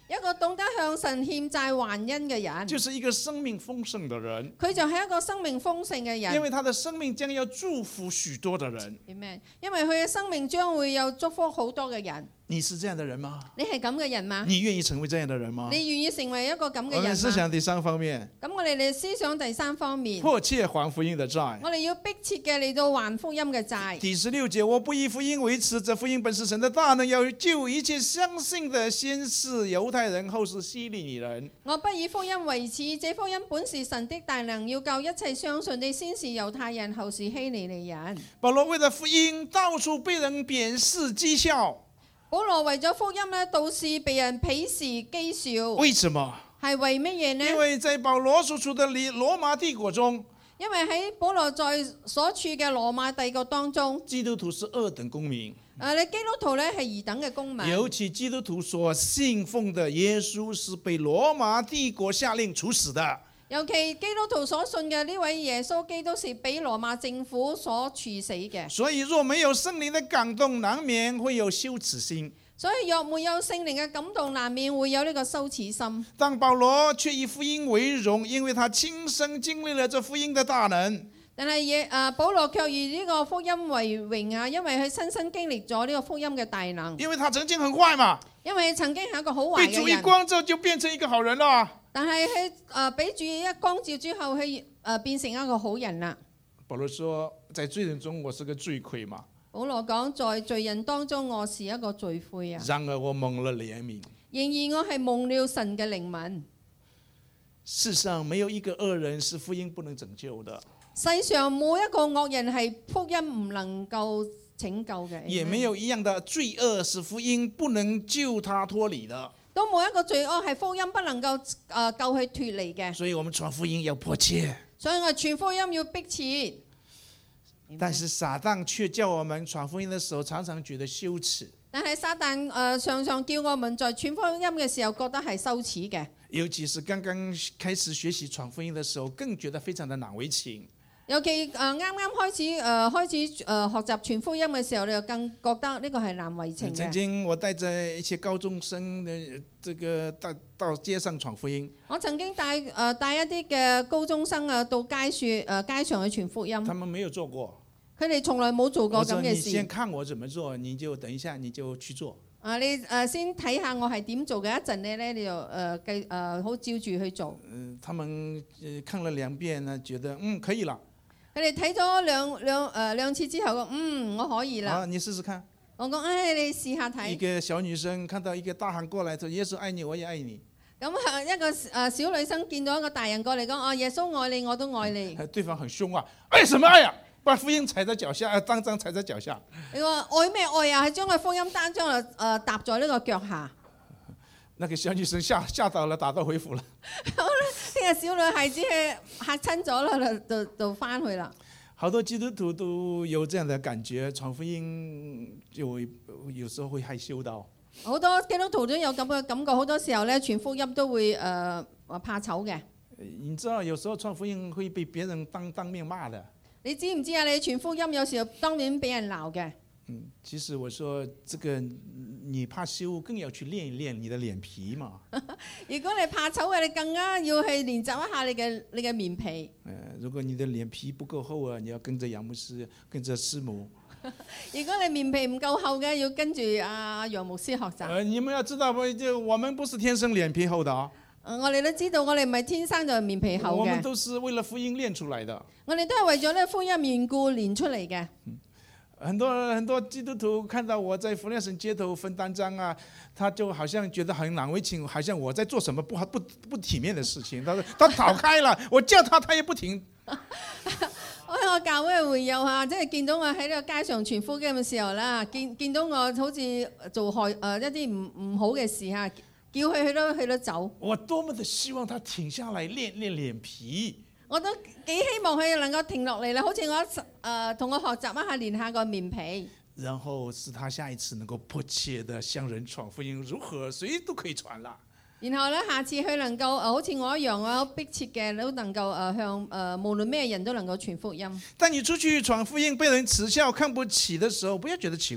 一個懂得向神欠債還恩嘅人， 就是一個生命豐盛的人。 佢就係一個生命豐盛嘅人， 因為他的生命將要祝福許多的人。 因為佢嘅生命將會有祝福好多嘅人。 你是這樣的人嗎？ 你係咁嘅人嗎？ 你願意成為這樣的人嗎？ 你願意成為一個咁嘅人嗎？ 我們思想第三方面。 咁我哋思想第三方面， 迫切還福音的債。 我哋要迫切嘅嚟到還福音嘅債。 第16節，我不以福音為恥，這福音本是神的大能，要救一切相信的，先是猶太人，後是希利尼人。 我不以福音為恥，這福音本是神的大能，要救一切相信的，先是猶太人，後是希利尼人。 保羅為了福音，到處被人貶視譏笑。 保羅為咗福音呢，到處被人鄙視譏笑。 為什麼？ 係為乜嘢呢？ 因為在保羅所處的羅馬帝國中， 因為喺保羅在所處嘅羅馬帝國當中， 基督徒是二等公民。 你基督徒呢係二等嘅公民。 尤其基督徒所信奉的耶穌是被羅馬帝國下令處死的。 尤其基督徒所信嘅呢位耶穌基督是俾羅馬政府所處死嘅。 所以若沒有聖靈的感動，難免會有羞恥心。 所以若沒有聖靈嘅感動，難免會有呢個羞恥心。 但保羅卻以福音為榮，因為他親身經歷了這福音的大能。 但係保羅卻以呢個福音為榮啊，因為佢親身經歷咗呢個福音嘅大能。 因為他曾經很壞嘛， 因為曾經係一個好壞嘅人， 被主一光照就變成一個好人啦。 但係佢俾主一光照之後，佢變成一個好人啦。 保羅說，在罪人中我是個罪魁嘛。 保羅講，在罪人當中我是一個罪魁啊。 然而我蒙了憐憫， 然而我係蒙了神嘅憐憫。 世上沒有一個惡人是福音不能拯救的。 世上冇一個惡人係福音唔能夠拯救嘅。 也沒有一樣的罪惡是福音不能救他脫離的。 都冇一個罪惡係福音不能夠救佢脫離嘅。 所以我們傳福音要迫切。 所以我傳福音要迫切。 但是撒旦卻叫我們傳福音的時候，常常覺得羞恥。 但係撒旦常常叫我們在傳福音嘅時候覺得係羞恥嘅。尤其是剛剛開始學習傳福音的時候，更覺得非常的難為情。尤其啱啱開始學習傳福音嘅時候，你就更覺得呢個係難為情嘅。曾經我帶着一些高中生嘅到街上傳福音。我曾經帶一啲嘅高中生到街上去傳福音。他們沒有做過。佢哋從來冇做過咁嘅事。你先看我怎麼做，你就等一下你就去做。你先睇下我係點做嘅，一陣咧你就好照住去做。他們看了2遍呢，覺得可以了。佢哋睇咗兩次之後講，我可以啦。好，你試試看。我講，你試下睇。一個小女生看到一個大漢過來，就耶穌愛你，我也愛你。咁一個小女生見到一個大人過嚟講，耶穌愛你，我都愛你。對方很兇啊，愛什麼愛呀？把福音踩在腳下，當場踩在腳下。你話愛咩愛啊？係將個福音單張搭在呢個腳下。那個小女生嚇到了，打道回府了。好啦，呢個小女孩子嚇親咗啦，就翻去啦。好多基督徒都有這樣的感覺，傳福音就有時候會害羞到。好多基督徒都有咁嘅感覺，好多時候咧傳福音都會怕醜嘅。你知道有時候傳福音會被別人當面罵的。你知唔知啊？你傳福音有時候當面俾人鬧嘅。其實我說，這個你怕羞，更要去練一練你的臉皮嘛。如果你怕醜嘅，你更加要去練習一下你嘅面皮。如果你的臉皮不夠厚啊，你要跟着楊牧師，跟着師母。如果你面皮唔夠厚嘅，要跟住楊牧師學習。你們要知道，我們不是天生臉皮厚的啊。我哋都知道，我哋唔係天生就面皮厚嘅。我們都是為了福音練出來的。我哋都係為咗呢福音緣故練出嚟嘅。很多基督徒看到我在福聯省街頭分單張啊，他就好像覺得很難為情，好像我在做什麼不體面的事情。他逃開了，我叫他也不停。我喺我教會會友啊，即係見到我喺呢個街上傳福音嘅時候啦，見到我好似做一啲唔好嘅事嚇，叫佢都走。我多麼的希望他停下來練臉皮。我都幾希望佢能夠停落嚟啦，好似我同我學習一下練下個面皮。然後是他下一次能夠迫切的向人傳福音，如何誰都可以傳啦。然後咧，下次佢能夠好似我一樣啊，迫切嘅都能夠向無論咩人都能夠傳福音。當你出去傳福音被人恥笑看不起的時候，不要覺得奇怪。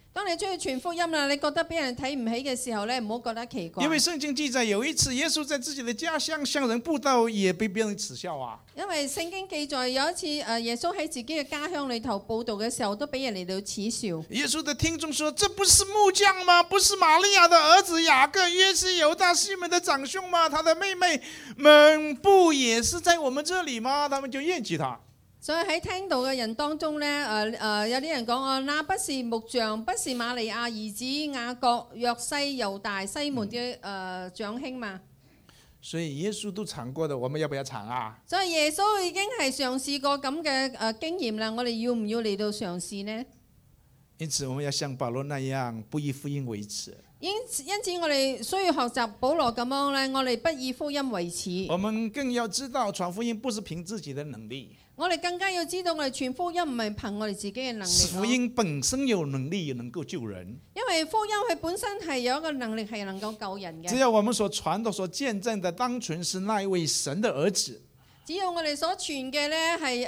當你出去傳福音啦，你覺得俾人睇唔起嘅時候咧，唔好覺得奇怪。 因為聖經記載有一次耶穌在自己的家鄉向人佈道，也被別人恥笑啊。 因為聖經記載有一次耶穌喺自己嘅家鄉裏頭佈道嘅時候，都俾人嚟到恥笑。 耶穌的聽眾說：這不是木匠嗎？不是瑪利亞的兒子雅各、約西、猶大、西門的長兄嗎？他的妹妹們不也是在我們這裡嗎？他們就厭棄他。 所以喺聽道嘅人當中咧，有啲人講那不是木匠，不是瑪利亞兒子雅各、約西、猶大、西門嘅長兄嘛。 所以耶穌都嘗過的，我們要不要嘗啊？ 所以耶穌已經係嘗試過咁嘅經驗啦，我哋要唔要嚟到嘗試呢？ 因此我們要像保羅那樣，不以福音為恥。 因此我哋需要學習保羅咁樣咧，我哋不以福音為恥。 我們更要知道傳福音不是憑自己的能力。 我哋更加要知道，我哋傳福音唔係憑我哋自己嘅能力。 福音本身有能力，也能夠救人。 因為福音佢本身係有一個能力，係能夠救人嘅。 只要我們所傳的、所見證的，單純是那一位神的兒子。 只要我哋所傳嘅咧係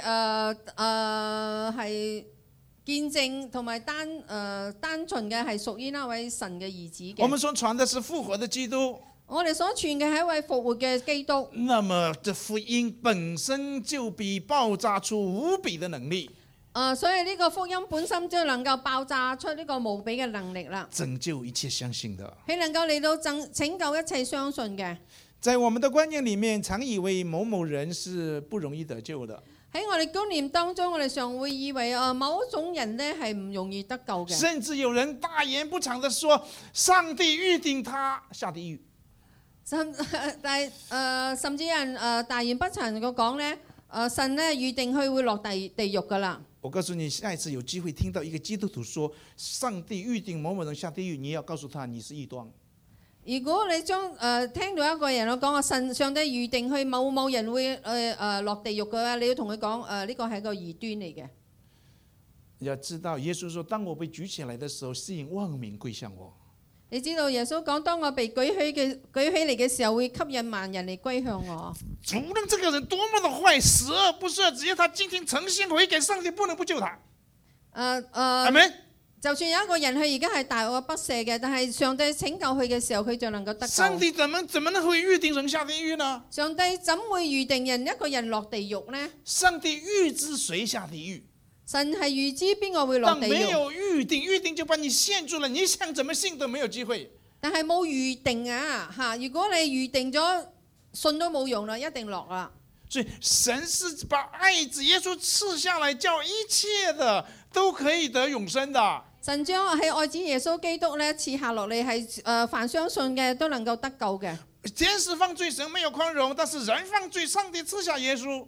係見證同埋單純嘅係屬於那位神嘅兒子嘅。 我們所傳的是復活的基督。 我哋所傳嘅係一位復活嘅基督。 那麼這福音本身就必爆炸出無比的能力。 所以呢個福音本身就能夠爆炸出呢個無比嘅能力啦。 拯救一切相信的。 佢能夠嚟到拯救一切相信嘅。 在我們的觀念裡面，常以為某某人是不容易得救的。 喺我哋觀念當中，我哋常會以為某種人呢係唔容易得救嘅。 甚至有人大言不慚地說，上帝預定他下地獄。 甚至有人大言不慚咁講咧，神咧預定佢會落地獄噶啦。 我告訴你，下一次有機會聽到一個基督徒說上帝預定某某人下地獄，你要告訴他你是異端。 如果你聽到一個人講上帝預定去某某人會落地獄嘅話，你要同佢講呢個係一個異端嚟嘅。 要知道耶穌說，當我被舉起來的時候，吸引萬民歸向我。 你知道耶穌講，當我被舉起嚟嘅時候，會吸引萬人嚟歸向我。 無論這個人多麼的壞，十惡不赦，只要他今天誠心悔改，上帝不能不救他。阿們。 就算有一個人佢而家係大惡不赦嘅，但係上帝拯救佢嘅時候，佢就能夠得救。 上帝怎麼會預定人下地獄呢？ 上帝怎會預定一個人落地獄呢？ 上帝預知誰下地獄。 神係預知邊個會落地獄。 但沒有預定就把你限住了，你想怎麼信都沒有機會。 但係冇預定啊，嚇！如果你預定咗，信都冇用啦，一定落啦。 所以神是把愛子耶穌賜下來，叫一切的都可以得永生的。 神將喺愛子耶穌基督咧賜下落嚟，係凡相信嘅都能夠得救嘅。 天使犯罪，神沒有寬容，但是人犯罪，上帝賜下耶穌。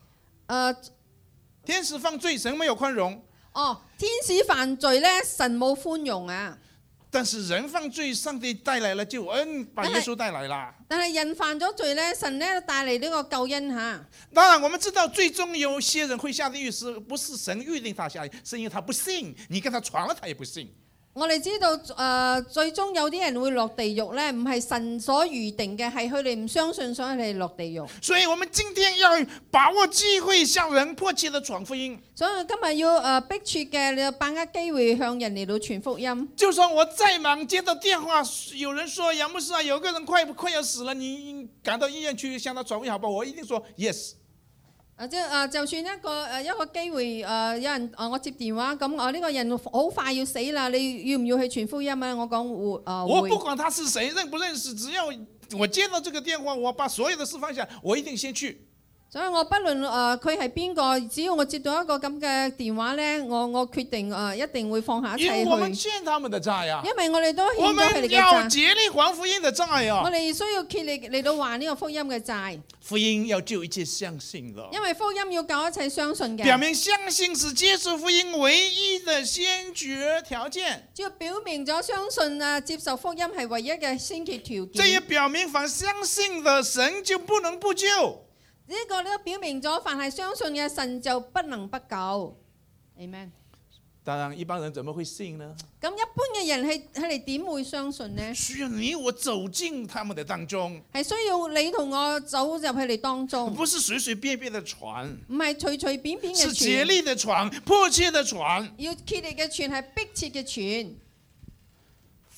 天使犯罪，神沒有寬容。 天使犯罪咧，神冇寬容啊。 但是人犯罪，上帝帶來了救恩，把耶穌帶來了。 但係人犯咗罪咧，神咧帶嚟呢個救恩嚇。 當然，我們知道最終有些人會下地獄，是不是神預定他下地獄？是因為他不信，你跟他傳了，他也不信。 我哋知道最終有啲人會落地獄咧，唔係神所預定嘅，係佢哋唔相信，所以佢哋落地獄。 所以我們今天要把握機會，向人迫切的傳福音。 所以今日要迫切嘅，你要把握機會向人嚟到傳福音。 就算我再忙，接到電話，有人說楊牧師啊，有個人快要死了，你趕到醫院去向他傳福音，好不好？我一定說 yes。 就算一個機會，有人我接電話咁，呢個人好快要死啦，你要唔要去傳福音啊？我講我不管他是誰，認不認識，只要我接到這個電話，我把所有的事放下，我一定先去。 所以我不論佢係邊個，只要我接到一個咁嘅電話咧，我決定一定會放下一切去。 因為我們欠他們的債啊！ 因為我哋都欠咗佢哋嘅債。我們要竭力還福音的債啊！ 我哋需要竭力嚟到還呢個福音嘅債。 福音要救一切相信的。 因為福音要救一切相信嘅。 表明相信是接受福音唯一的先決條件。 只要表明咗相信接受福音係唯一嘅先決條件。 這也表明凡相信的神就不能不救。 呢個都表明咗，凡係相信嘅神就不能不救。Amen。 當然，一般人怎麼會信呢？ 咁一般嘅人係嚟點會相信呢？ 需要你我走進他們的當中， 係需要你同我走入佢哋當中， 不是隨隨便便的傳， 唔係隨隨便便嘅傳， 是竭力的傳，迫切的傳， 要竭力嘅傳，係迫切嘅傳。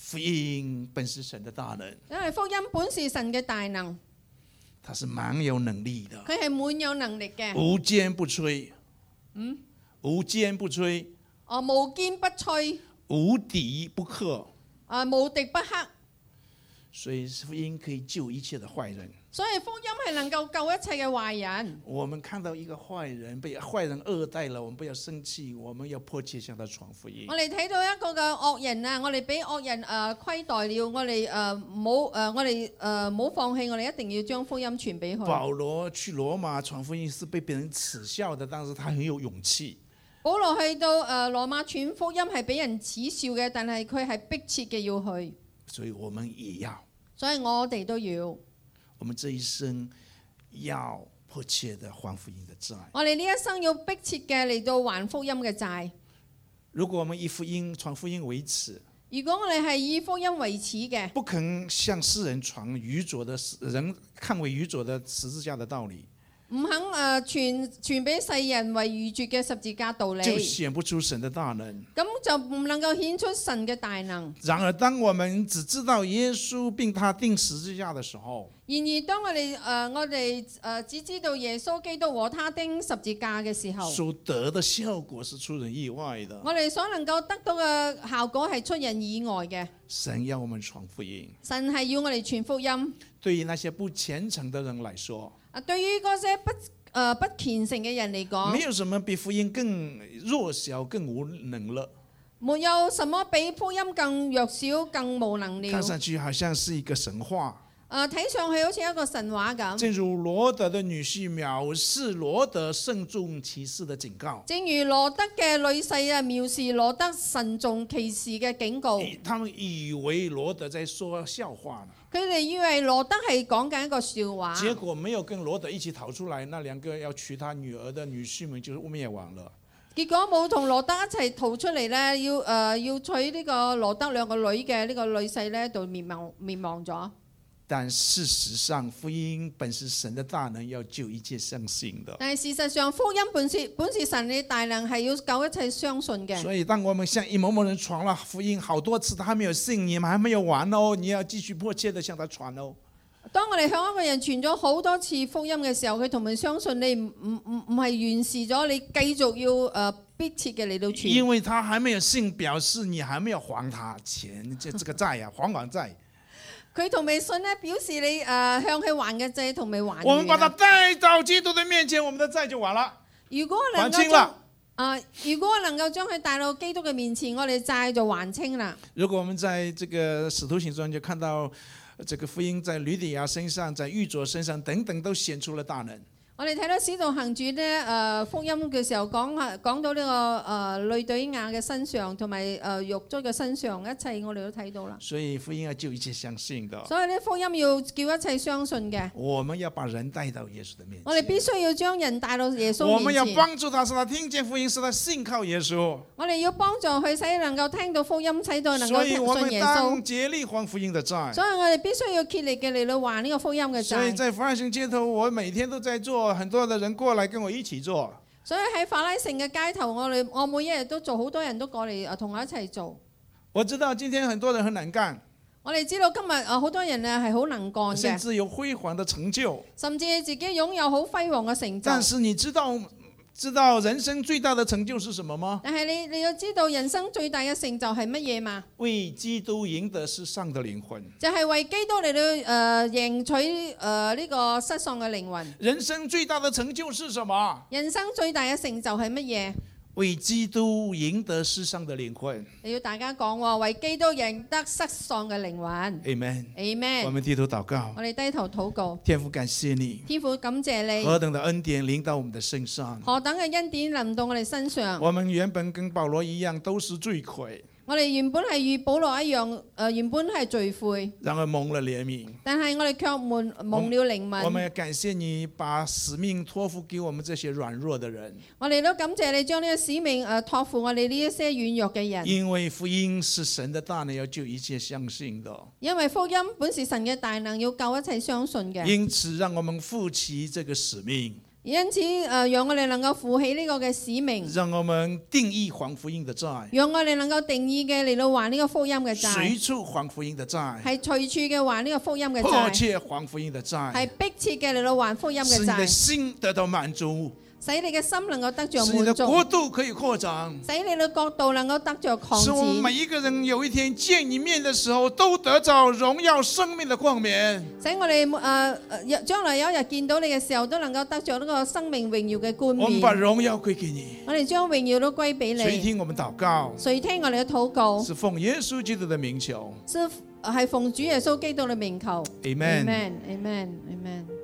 福音本是神的大能， 因為福音本是神嘅大能， 它是蠻有能力的， 佢係滿有能力嘅， 無堅不摧，無堅不摧， 無堅不摧， 無敵不克， 無敵不克。 所以福音可以救一切的壞人。 所以福音係能夠救一切嘅壞人。 我們看到一個壞人被壞人惡待了，我們不要生氣，我們要迫切向他傳福音。 我哋睇到一個嘅惡人啊，我哋俾惡人虧待了，我哋唔好放棄，我哋一定要將福音傳俾佢。 保羅去羅馬傳福音是被別人恥笑的，但是他很有勇氣。 保羅去到羅馬傳福音係俾人恥笑嘅，但係佢係迫切嘅要去。 所以我們也要， 所以我哋都要， 我們這一生要迫切的還福音的債。 我哋呢一生要迫切嘅嚟到還福音嘅債。 如果我們以福音傳福音為恥， 如果我哋係以福音為恥嘅， 不肯向世人傳愚拙的人看為愚拙的十字架的道理， 唔肯傳俾世人為愚拙嘅十字架道理， 就顯不出神的大能。 咁就唔能夠顯出神嘅大能。 然而當我們只知道耶穌並他釘十字架的時候， 然而當我哋只知道耶穌基督和他釘十字架嘅時候， 所得的效果是出人意外的。 我哋所能夠得到嘅效果係出人意外嘅。 神要我們傳福音， 神係要我哋傳福音。 對於那些不虔誠的人來說， 對於嗰些不虔誠嘅人嚟講， 沒有什麼比福音更弱小、更無能了。 沒有什麼比福音更弱小、更無能了。 看上去好像是一個神話。 睇上去好似一個神話咁。 正如羅德的女婿藐視羅德慎重其事的警告， 正如羅德嘅女婿藐視羅德慎重其事嘅警告。 他們以為羅德在說笑話呢。 佢哋以為羅德係講緊一個笑話， 結果沒有跟羅德一起逃出來，那兩個要娶他女兒的女婿們就滅亡了。 結果冇同羅德一齊逃出嚟呢，要娶呢個羅德兩個女嘅呢個女婿呢，就滅亡咗。 但事實上，福音本是神的大能，要救一切相信的。 但係事實上，福音本是神嘅大能，係要救一切相信嘅。 所以，當我們向某某人傳了福音好多次，他還沒有信，你們還沒有完哦，你要繼續迫切地向他傳哦。 當我哋向一個人傳咗好多次福音嘅時候，佢同埋相信你唔係完事咗，你繼續要迫切嘅嚟到傳。 因為他還沒有信，表示你還沒有還他錢，這個債啊，還債。 佢同未信呢，表示你向佢還嘅債同未還完。 我們把他帶到基督的面前，我們的債就完了， 如果能夠將佢帶到基督嘅面前，我哋債就還清啦。 如果我們在這個使徒行傳就看到這個福音在呂底亞身上，在玉佐身上等等都顯出了大能。 我哋睇到使徒行傳呢，福音嘅時候講到呢個呂底亞嘅身上，同埋獄卒嘅身上，一切我哋都睇到啦。 所以福音要救一切相信的。 所以呢，福音要叫一切相信嘅。 我們要把人帶到耶穌的面前。 我哋必須要將人帶到耶穌面前。 我們要幫助他，使他聽見福音，使他信靠耶穌。 我哋要幫助佢，使能夠聽到福音，使到能夠信耶穌。 所以我們當竭力還福音的債。 所以我哋必須要竭力嘅嚟到還呢個福音嘅債。 所以在法拉盛街頭，我每天都在做，很多的人過來跟我一起做。 所以喺法拉盛嘅街頭，我每一日都做，好多人都過嚟同我一齊做。 我知道今天很多人很難幹。 我哋知道今日好多人係好能幹嘅， 甚至有輝煌的成就， 甚至自己擁有好輝煌嘅成就。 但是你知道人生最大的成就是什麼嗎？ 但係你要知道人生最大嘅成就係乜嘢嘛？ 為基督贏得世上的靈魂， 就係為基督嚟到贏取呢個失喪嘅靈魂。 人生最大的成就是什麼？ 人生最大嘅成就係乜嘢？ 為基督贏得世上的靈魂。 你要大家講喎，為基督贏得失喪嘅靈魂。Amen。 我們低頭禱告。 我哋低頭禱告。 天父感謝你。 天父感謝你。 何等的恩典臨到我們的身上。 何等嘅恩典臨到我哋身上。 我們原本跟保羅一樣，都是罪魁。 我哋原本係與保羅一樣，原本係罪魁， 然而蒙了憐憫。 但係我哋卻蒙了憐憫。 我們感謝你把使命託付給我們這些軟弱的人。 我哋都感謝你將呢個使命託付我哋呢一些軟弱嘅人。 因為福音是神的大能，要救一切相信的。 因為福音本是神嘅大能，要救一切相信嘅。 因此，讓我們負起這個使命。 因此讓我哋能夠負起呢個嘅使命， 讓我們定義還福音的債， 讓我哋能夠定義嘅嚟到還呢個福音嘅債， 隨處還福音的債， 係隨處嘅還呢個福音嘅債， 迫切還福音的債， 係迫切嘅嚟到還福音嘅債， 使你的心得到滿足， 使你嘅心能夠得着使你的滿足， 國度可以擴張， 使你嘅國度能夠得着擴使我們每展， 一個人有一天見你面的時候，都得到榮耀生命的冠冕。 使我哋將來有一日見到你嘅時候，都能夠得着呢個生命榮耀嘅冠我們把冕。 榮耀歸給你， 我哋將榮耀都歸俾你。 垂聽我們禱告， 垂聽我哋嘅禱告， 是奉耶穌基督的名求。 係奉主耶穌基督嘅名求。 Amen。 Amen。Amen。Amen。